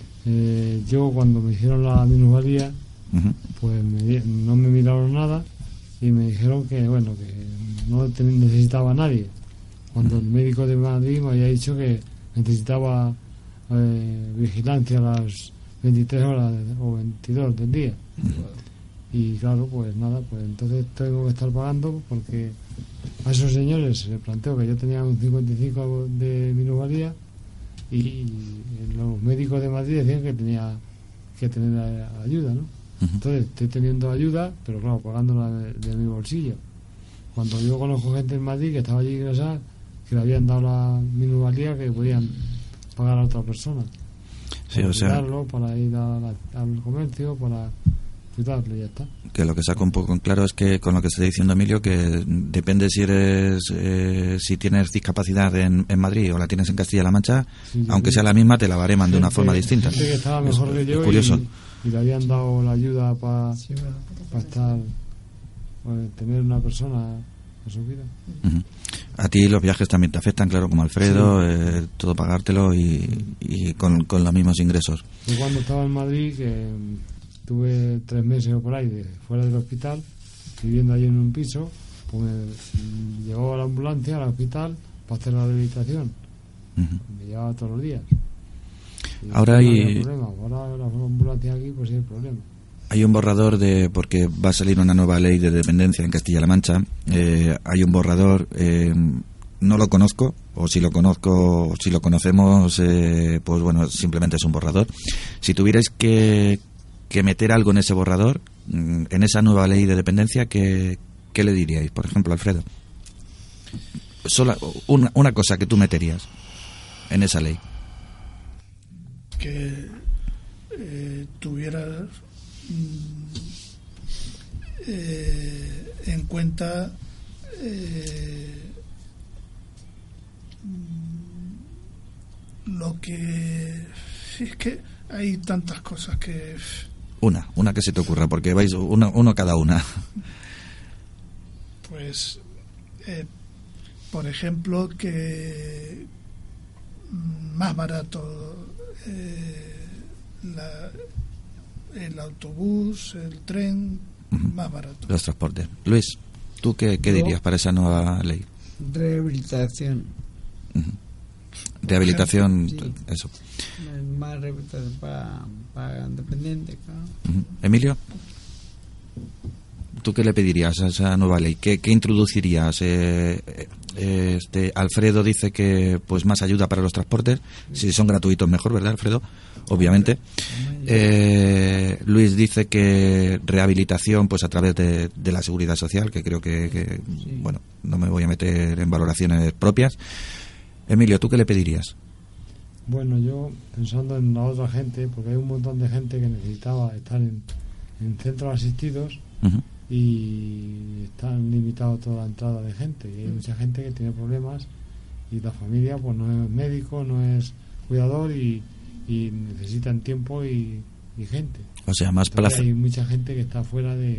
C: yo cuando me hicieron la minusvalía, pues no me miraron nada y me dijeron que bueno, que no necesitaba a nadie, cuando el médico de Madrid me había dicho que necesitaba vigilancia a las 23 horas o 22 del día. Y claro, pues nada, pues entonces tengo que estar pagando, porque a esos señores se les planteó que yo tenía un 55 de minusvalía y los médicos de Madrid decían que tenía que tener ayuda, ¿no? Entonces estoy teniendo ayuda, pero claro, pagándola de mi bolsillo. Cuando yo conozco gente en Madrid que estaba allí ingresada, que le habían dado la minusvalía, que podían pagar a otra persona,
E: sí,
C: para
E: o sea,
C: para ir al comercio, para cuidarlo y ya está.
E: Que lo que saco un poco en claro es que con lo que está diciendo Emilio, que depende si eres si tienes discapacidad en Madrid o la tienes en Castilla-La Mancha, sí, aunque sea la misma, te la bareman de una forma distinta.
C: Gente que estaba mejor que yo,
E: curioso.
C: Y le habían dado la ayuda para estar, tener una persona en su vida.
E: A ti los viajes también te afectan, claro, como Alfredo, sí. Todo pagártelo y con los mismos ingresos.
C: Yo cuando estaba en Madrid, que tuve 3 meses o por ahí fuera del hospital, viviendo allí en un piso, pues me llevaba la ambulancia al hospital para hacer la rehabilitación. Me llevaba todos los días.
E: Ahora hay
C: problema. Ahora la ambulancia aquí, pues sí hay problema.
E: Hay un borrador porque va a salir una nueva ley de dependencia en Castilla-La Mancha. Hay un borrador, no lo conozco, o si lo conozco, si lo conocemos, pues bueno, simplemente es un borrador. Si tuvierais que meter algo en ese borrador, en esa nueva ley de dependencia, ¿qué le diríais? Por ejemplo, Alfredo, una cosa que tú meterías en esa ley.
H: Que tuvieras en cuenta lo que es que hay tantas cosas que
E: una que se te ocurra, porque vais uno cada una.
H: Pues por ejemplo, que más barato el autobús, el tren, más barato.
E: Los transportes. Luis, ¿tú qué dirías para esa nueva ley?
K: Rehabilitación.
E: Rehabilitación,
K: sí.
E: Eso.
K: Más rehabilitación para dependientes, claro.
E: Emilio, ¿tú qué le pedirías a esa nueva ley? ¿Qué introducirías? Alfredo dice que pues más ayuda para los transportes, si son gratuitos mejor, ¿verdad, Alfredo? Obviamente. Luis dice que rehabilitación pues a través de la seguridad social, que creo que sí. Bueno, no me voy a meter en valoraciones propias. Emilio, ¿tú qué le pedirías?
C: Bueno, yo pensando en la otra gente, porque hay un montón de gente que necesitaba estar en centros asistidos, y están limitados toda la entrada de gente, y hay mucha gente que tiene problemas y la familia pues no es médico, no es cuidador y necesitan tiempo y gente.
E: O sea, más plaza.
C: Hay mucha gente que está fuera de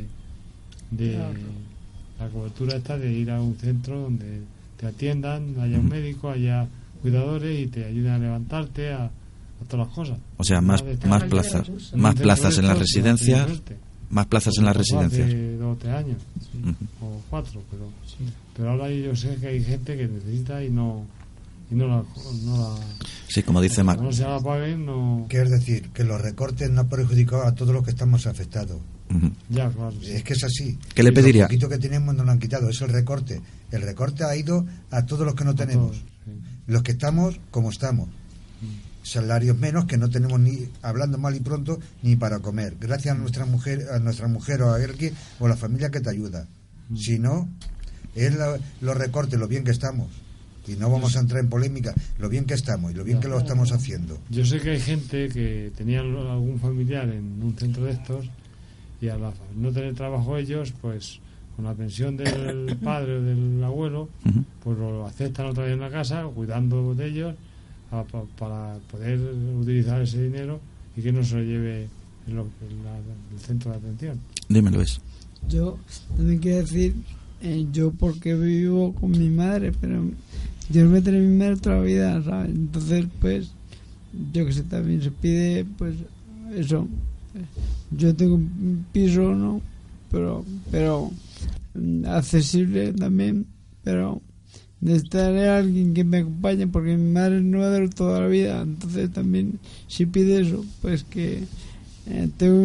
C: la cobertura esta de ir a un centro donde te atiendan, haya un médico, haya cuidadores y te ayuden a levantarte, a todas las cosas.
E: O sea, más plazas en las residencias. Más plazas en las residencias.
C: Hace 2 o 3 años, o 4, pero ahora yo sé que hay gente que necesita y no la
E: sí, como dice
C: no se la paguen, no.
D: Que es decir, que los recortes no han perjudicado a todos los que estamos afectados.
C: Ya, claro. Sí.
D: Es que es así.
E: ¿Qué le pediría?
D: Lo poquito que tenemos nos lo han quitado, es el recorte. El recorte ha ido a todos los que no tenemos.
C: Todos, sí.
D: Los que estamos como estamos. Salarios menos que no tenemos ni, hablando mal y pronto, ni para comer. Gracias a nuestra mujer o a alguien o a la familia que te ayuda. Si no, es los recortes, lo bien que estamos. Y no vamos a entrar en polémica, lo bien que estamos y lo bien que lo estamos haciendo.
C: Yo sé que hay gente que tenía algún familiar en un centro de estos y al no tener trabajo ellos, pues con la pensión del padre o del abuelo, pues lo aceptan otra vez en la casa, cuidando de ellos, para poder utilizar ese dinero y que no se lo lleve el centro de atención.
E: Dime, Luis.
K: Yo también quiero decir, yo porque vivo con mi madre, pero yo no voy a tener mi madre toda la vida, ¿sabes? Entonces, pues, yo que sé, también se pide, pues, eso. Yo tengo un piso, ¿no? Pero accesible también, pero necesitaré a alguien que me acompañe porque mi madre no va a dar toda la vida. Entonces también, si pide eso, pues que tengo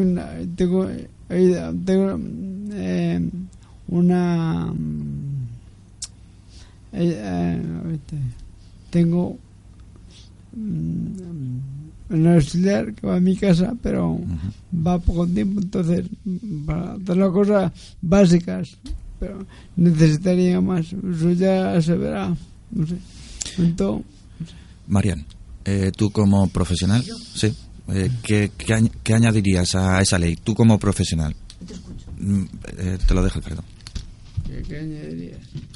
K: un auxiliar que va a mi casa, pero va poco tiempo, entonces para hacer las cosas básicas, pero necesitaría más. Eso ya se verá, no sé. Entonces,
E: Marian, tú como profesional, sí, ¿qué añadirías a esa ley? Tú como profesional. Te lo dejo, Alfredo.
K: ¿Qué añadirías?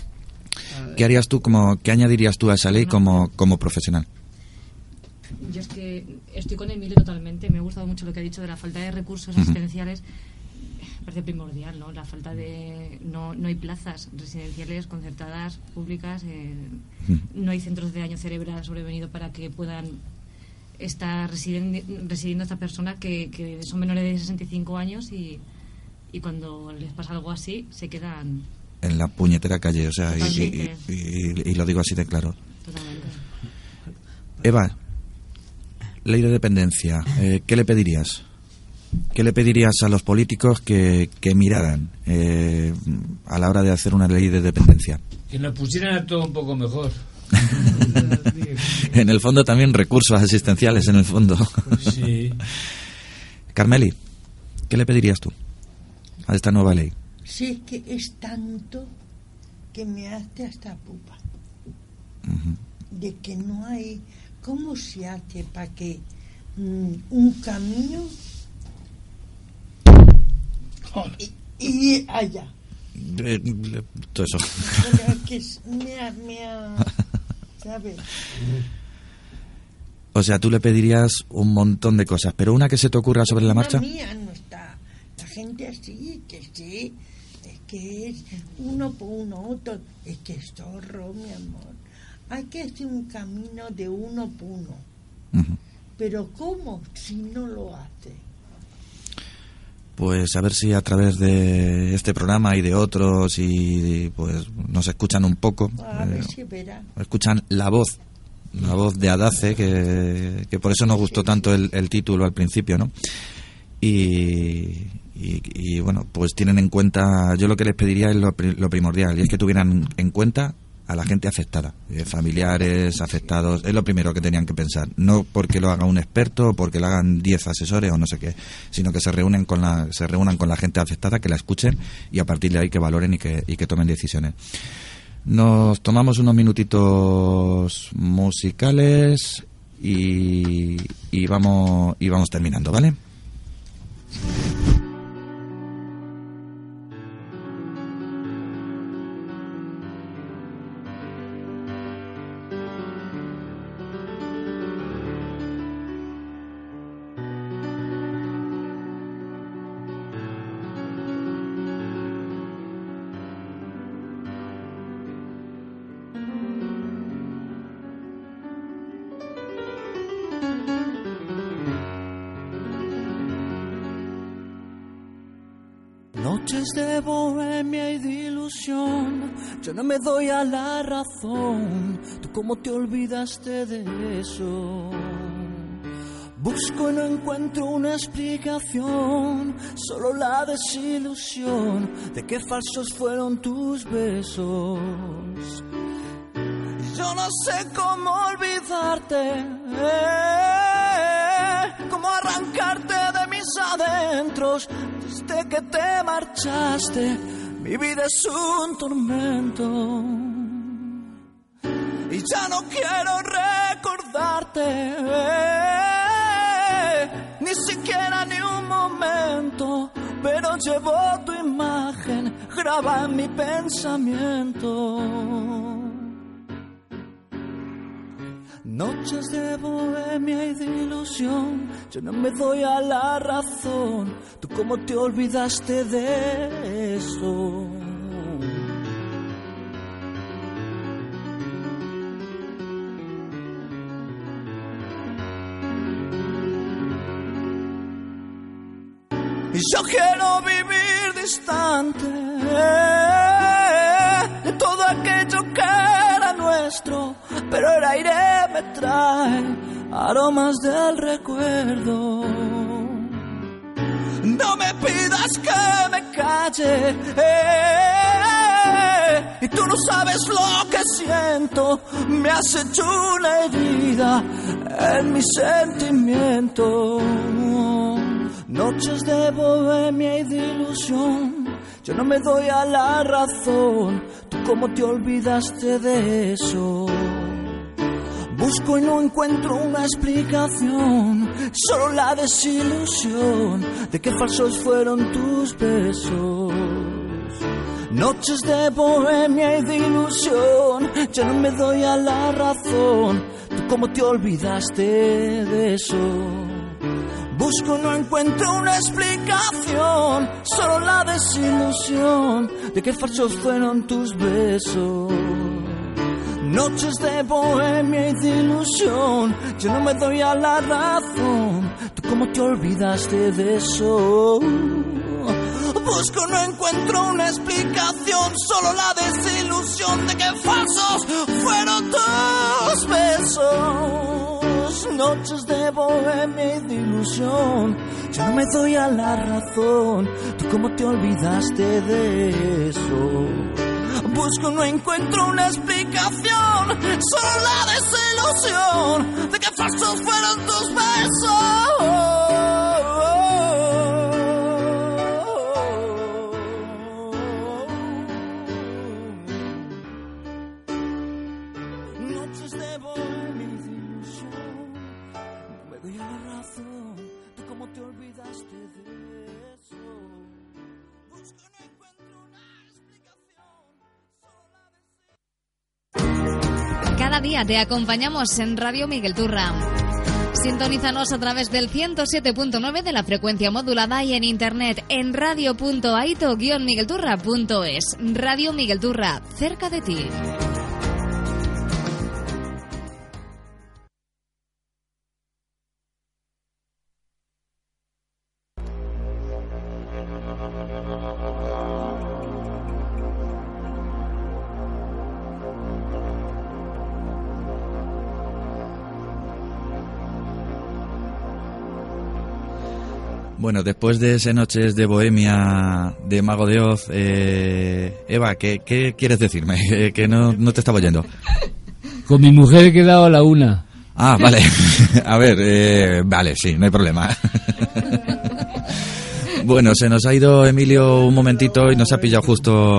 E: ¿Qué añadirías tú a esa ley como profesional?
I: Yo es que estoy con Emilio totalmente. Me ha gustado mucho lo que ha dicho de la falta de recursos asistenciales. Me parece primordial, ¿no? La falta de... No hay plazas residenciales concertadas, públicas. No hay centros de daño cerebral sobrevenido para que puedan estar residiendo estas personas que son menores de 65 años y cuando les pasa algo así se quedan
E: en la puñetera calle, o sea, y lo digo así de claro.
I: Totalmente.
E: Eva, ley de dependencia, ¿qué le pedirías? ¿Qué le pedirías a los políticos que miraran a la hora de hacer una ley de dependencia?
G: Que nos pusieran a todo un poco mejor.
E: En el fondo también recursos asistenciales, en el fondo.
G: Sí.
E: Carmeli, ¿qué le pedirías tú a esta nueva ley?
J: Sí, es que es tanto que me hace hasta pupa. De que no hay... ¿Cómo se hace para que un camino y allá?
E: Todo eso.
J: Pero que ¿sabes?
E: O sea, tú le pedirías un montón de cosas, pero una que se te ocurra sobre la marcha.
J: Mía no está. La gente así, que sí, es que es uno por uno, otro, es que es zorro, mi amor. Hay que hacer un camino de uno por uno. Pero ¿cómo si no lo hace?
E: Pues a ver si a través de este programa y de otros y pues nos escuchan un poco.
J: A ver si verá.
E: Escuchan la voz de Adace, que por eso nos gustó tanto el título al principio, ¿no? Y bueno, pues tienen en cuenta, yo lo que les pediría es lo primordial, y es que tuvieran en cuenta a la gente afectada, familiares afectados, es lo primero que tenían que pensar, no porque lo haga un experto o porque lo hagan 10 asesores o no sé qué, sino que se reúnan con la gente afectada, que la escuchen y a partir de ahí que valoren y que tomen decisiones. Nos tomamos unos minutitos musicales y vamos terminando, ¿vale?
L: Noches de bohemia y de ilusión, yo no me doy a la razón. ¿Tú cómo te olvidaste de eso? Busco y no encuentro una explicación, solo la desilusión de que falsos fueron tus besos. Yo no sé cómo olvidarte, cómo arrancarte de mis adentros. Desde que te marchaste, mi vida es un tormento. Y ya no quiero recordarte, ni siquiera ni un momento, pero llevo tu imagen grabada en mi pensamiento. Noches de bohemia y de ilusión, yo no me doy a la razón. ¿Tú cómo te olvidaste de eso? Y yo quiero vivir distante de todo aquello que era nuestro, pero el aire me trae aromas del recuerdo. No me pidas que me calle, y tú no sabes lo que siento. Me has hecho una herida en mi sentimiento. Noches de bohemia y de ilusión, yo no me doy a la razón. ¿Tú cómo te olvidaste de eso? Busco y no encuentro una explicación, solo la desilusión de que falsos fueron tus besos. Noches de bohemia y de ilusión, yo no me doy a la razón. ¿Tú cómo te olvidaste de eso? Busco, no encuentro una explicación, solo la desilusión de que falsos fueron tus besos. Noches de bohemia y de ilusión, yo no me doy a la razón. ¿Tú cómo te olvidaste de eso? Busco, no encuentro una explicación, solo la desilusión de que falsos fueron tus besos. Noches de bohemia y de ilusión, yo no me doy a la razón. ¿Tú cómo te olvidaste de eso? Busco, no encuentro una explicación, solo la desilusión de que falsos fueron tus besos.
M: Cada día te acompañamos en Radio Miguel Turra. Sintonízanos a través del 107.9 de la frecuencia modulada y en internet en radio.aito-miguelturra.es. Radio Miguel Turra, cerca de ti.
E: Bueno, después de esas noches de bohemia de Mago de Oz, Eva, ¿qué quieres decirme? Que no te estaba oyendo.
G: Con mi mujer he quedado a la 1.
E: Ah, vale. A ver, vale, sí, no hay problema. Bueno, se nos ha ido Emilio un momentito y nos ha pillado justo.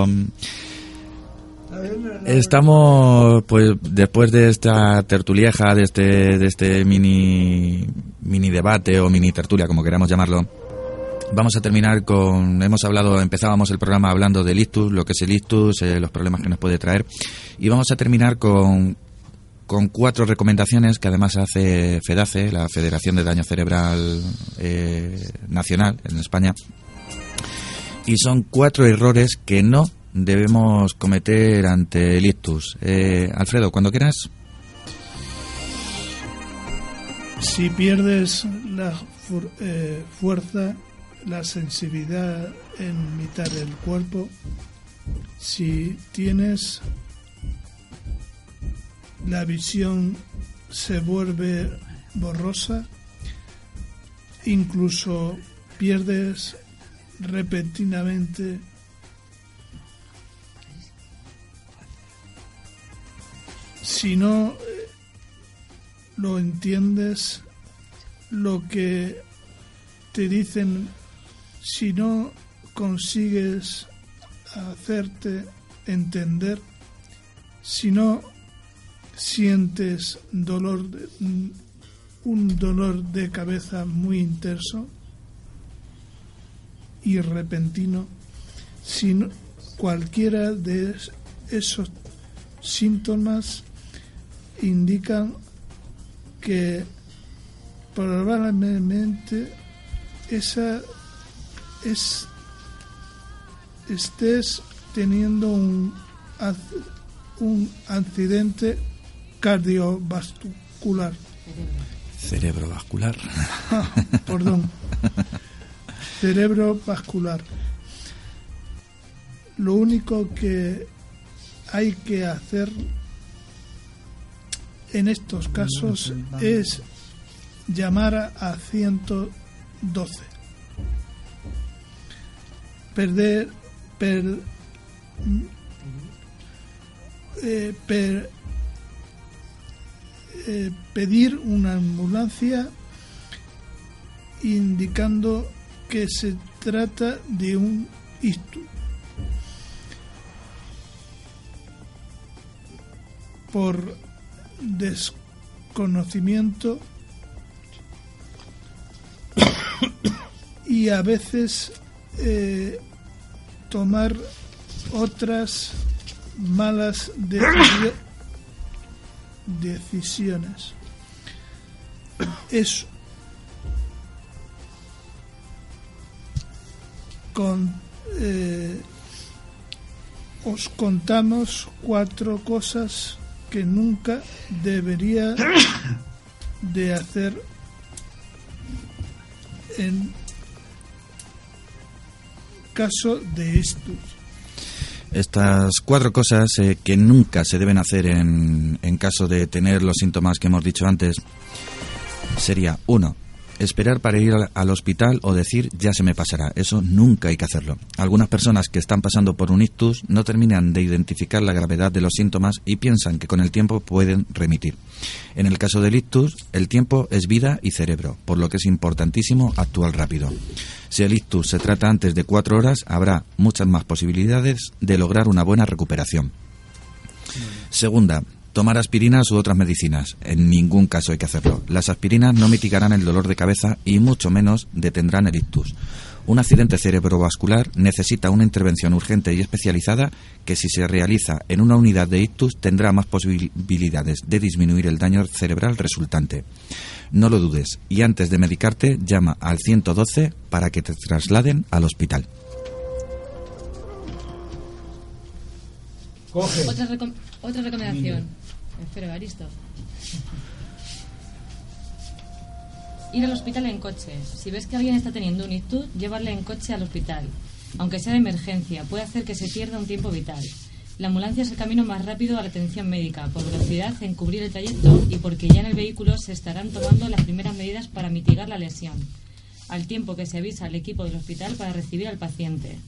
E: Estamos, pues, después de esta tertulieja, de este mini debate o mini tertulia, como queramos llamarlo, vamos a terminar con... Empezábamos el programa hablando del ictus, lo que es el ictus, los problemas que nos puede traer, y vamos a terminar con 4 recomendaciones que además hace FEDACE, la Federación de Daño Cerebral Nacional en España, y son 4 errores que no debemos cometer ante el ictus. Alfredo, cuando quieras.
H: Si pierdes la fuerza, la sensibilidad en mitad del cuerpo, si tienes la visión se vuelve borrosa, incluso pierdes repentinamente si no lo entiendes lo que te dicen, si no consigues hacerte entender, si no sientes un dolor de cabeza muy intenso y repentino, si no, cualquiera de esos síntomas indican que probablemente estés teniendo un accidente cardiovascular.
E: Cerebrovascular.
H: Perdón. Cerebrovascular. Lo único que hay que hacer en estos casos es llamar a 112. Pedir una ambulancia indicando que se trata de un ictus. Por desconocimiento y a veces tomar otras malas decisiones. Eso. Os contamos 4 cosas que nunca debería de hacer en caso de ictus.
E: Estas 4 cosas que nunca se deben hacer en caso de tener los síntomas que hemos dicho antes sería: 1. Esperar para ir al hospital o decir ya se me pasará. Eso nunca hay que hacerlo. Algunas personas que están pasando por un ictus no terminan de identificar la gravedad de los síntomas y piensan que con el tiempo pueden remitir. En el caso del ictus, el tiempo es vida y cerebro, por lo que es importantísimo actuar rápido. Si el ictus se trata antes de 4 horas, habrá muchas más posibilidades de lograr una buena recuperación. Segunda, tomar aspirinas u otras medicinas. En ningún caso hay que hacerlo. Las aspirinas no mitigarán el dolor de cabeza y mucho menos detendrán el ictus. Un accidente cerebrovascular necesita una intervención urgente y especializada que, si se realiza en una unidad de ictus, tendrá más posibilidades de disminuir el daño cerebral resultante. No lo dudes y antes de medicarte llama al 112 para que te trasladen al hospital.
I: Otra recomendación. Espero, Evaristo. Ir al hospital en coche. Si ves que alguien está teniendo un ictus, llevarle en coche al hospital. Aunque sea de emergencia, puede hacer que se pierda un tiempo vital. La ambulancia es el camino más rápido a la atención médica, por velocidad en cubrir el trayecto y porque ya en el vehículo se estarán tomando las primeras medidas para mitigar la lesión, al tiempo que se avisa al equipo del hospital para recibir al paciente.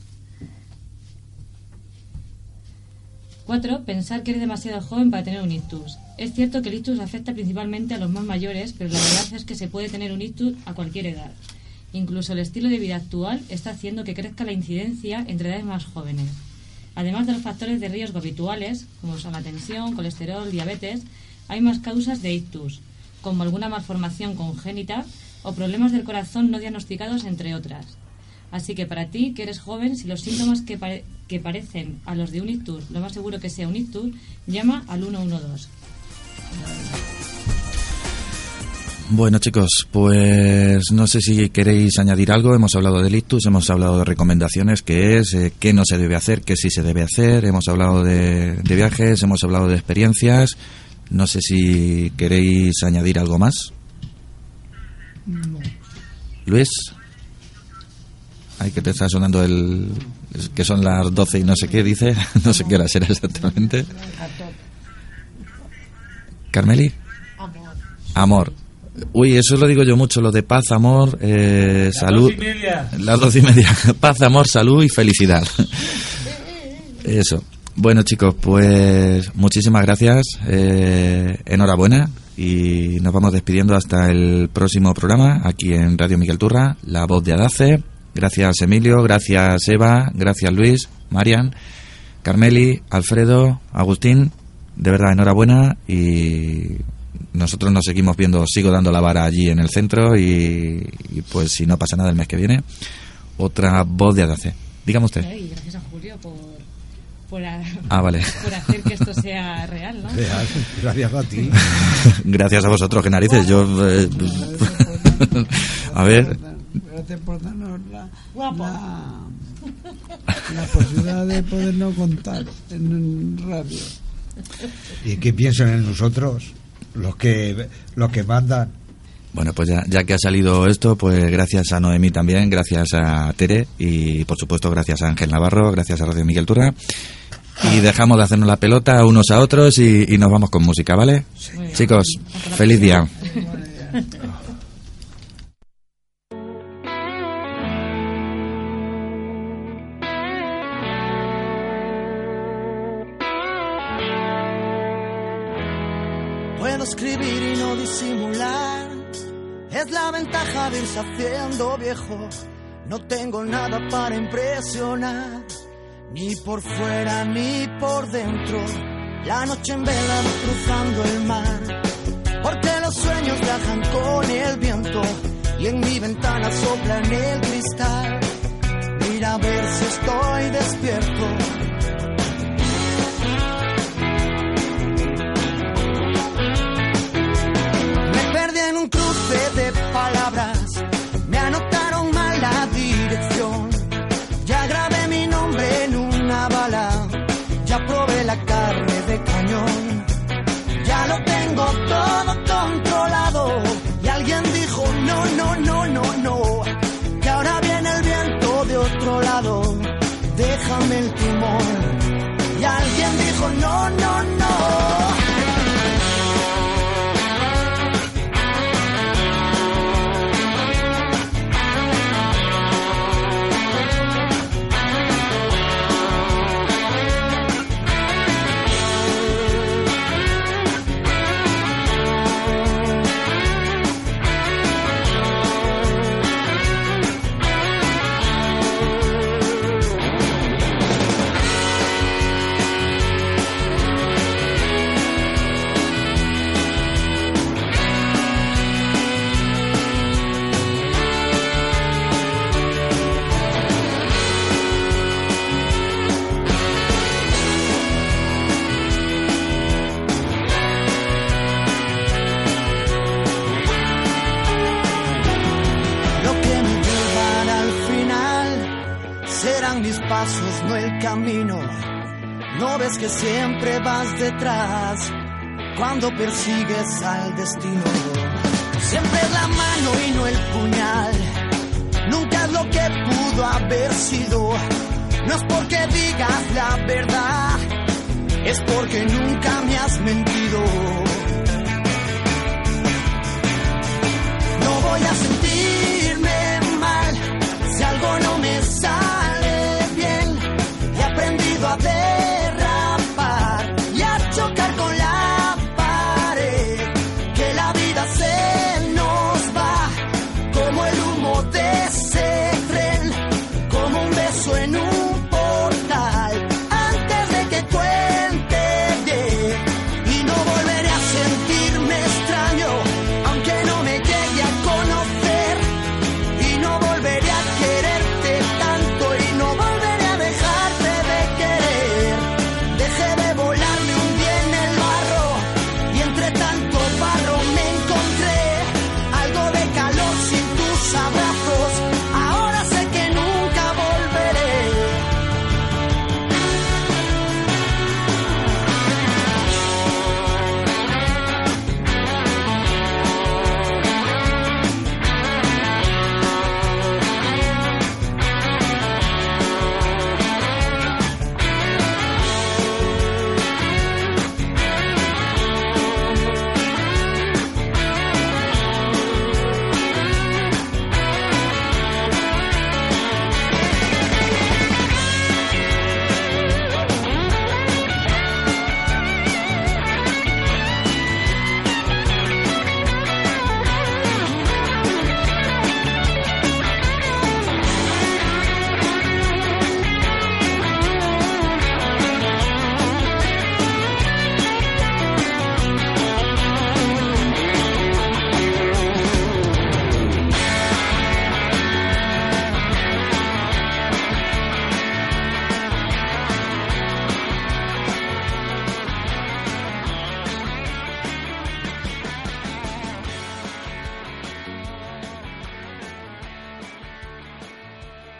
I: 4. Pensar que eres demasiado joven para tener un ictus. Es cierto que el ictus afecta principalmente a los más mayores, pero la verdad es que se puede tener un ictus a cualquier edad. Incluso el estilo de vida actual está haciendo que crezca la incidencia entre edades más jóvenes. Además de los factores de riesgo habituales, como son la tensión, colesterol, diabetes, hay más causas de ictus, como alguna malformación congénita o problemas del corazón no diagnosticados, entre otras. Así que para ti, que eres joven, si los síntomas que parecen a los de un ictus, lo más seguro que sea un ictus, llama al 112.
E: Bueno, chicos, pues no sé si queréis añadir algo. Hemos hablado del ictus, hemos hablado de recomendaciones, qué es, qué no se debe hacer, qué sí se debe hacer. Hemos hablado de viajes, hemos hablado de experiencias. No sé si queréis añadir algo más.
H: No.
E: Luis. Ay, que te está sonando que son las 12 y no sé qué dice. No sé qué hora será exactamente. ¿Carmeli? Amor. Uy, eso lo digo yo mucho, lo de paz, amor, salud. Las 12:30. Paz, amor, salud y felicidad. Eso. Bueno, chicos, pues muchísimas gracias. Enhorabuena. Y nos vamos despidiendo hasta el próximo programa aquí en Radio Miguel Turra, La Voz de Adace. Gracias, Emilio. Gracias, Eva. Gracias, Luis, Marian, Carmeli, Alfredo, Agustín. De verdad, enhorabuena. Y nosotros nos seguimos viendo. Sigo dando la vara allí en el centro. Y pues si no pasa nada el mes que viene, otra Voz de Adace. Dígame usted.
I: Y gracias a Julio por hacer que esto sea real, ¿no?
D: Real. Gracias a ti.
E: Gracias a vosotros, que narices. Yo a ver.
K: Gracias por darnos la posibilidad de podernos contar en radio.
D: ¿Y qué piensan en nosotros? Los que mandan.
E: Bueno, pues ya que ha salido esto, pues gracias a Noemí también, gracias a Tere y por supuesto gracias a Ángel Navarro, gracias a Radio Miguel Turra. Y dejamos de hacernos la pelota unos a otros y nos vamos con música, ¿vale? Sí. Chicos, feliz día.
L: Puedo escribir y no disimular, es la ventaja de irse haciendo viejo. No tengo nada para impresionar, ni por fuera ni por dentro. La noche en vela cruzando el mar, porque los sueños viajan con el viento y en mi ventana sopla en el cristal. Mira a ver si estoy despierto. Me perdí en un cruce de palabras, me anotaron mal la dirección. Ya grabé mi nombre en una bala, ya probé la carne de cañón. Ya lo tengo todo controlado y alguien dijo no, no, no, no, no. Que ahora viene el viento de otro lado, déjame el timón. Y alguien dijo no, no, no. Pasos, no el camino. No ves que siempre vas detrás cuando persigues al destino. Siempre es la mano y no el puñal. Nunca es lo que pudo haber sido. No es porque digas la verdad, es porque nunca me has mentido.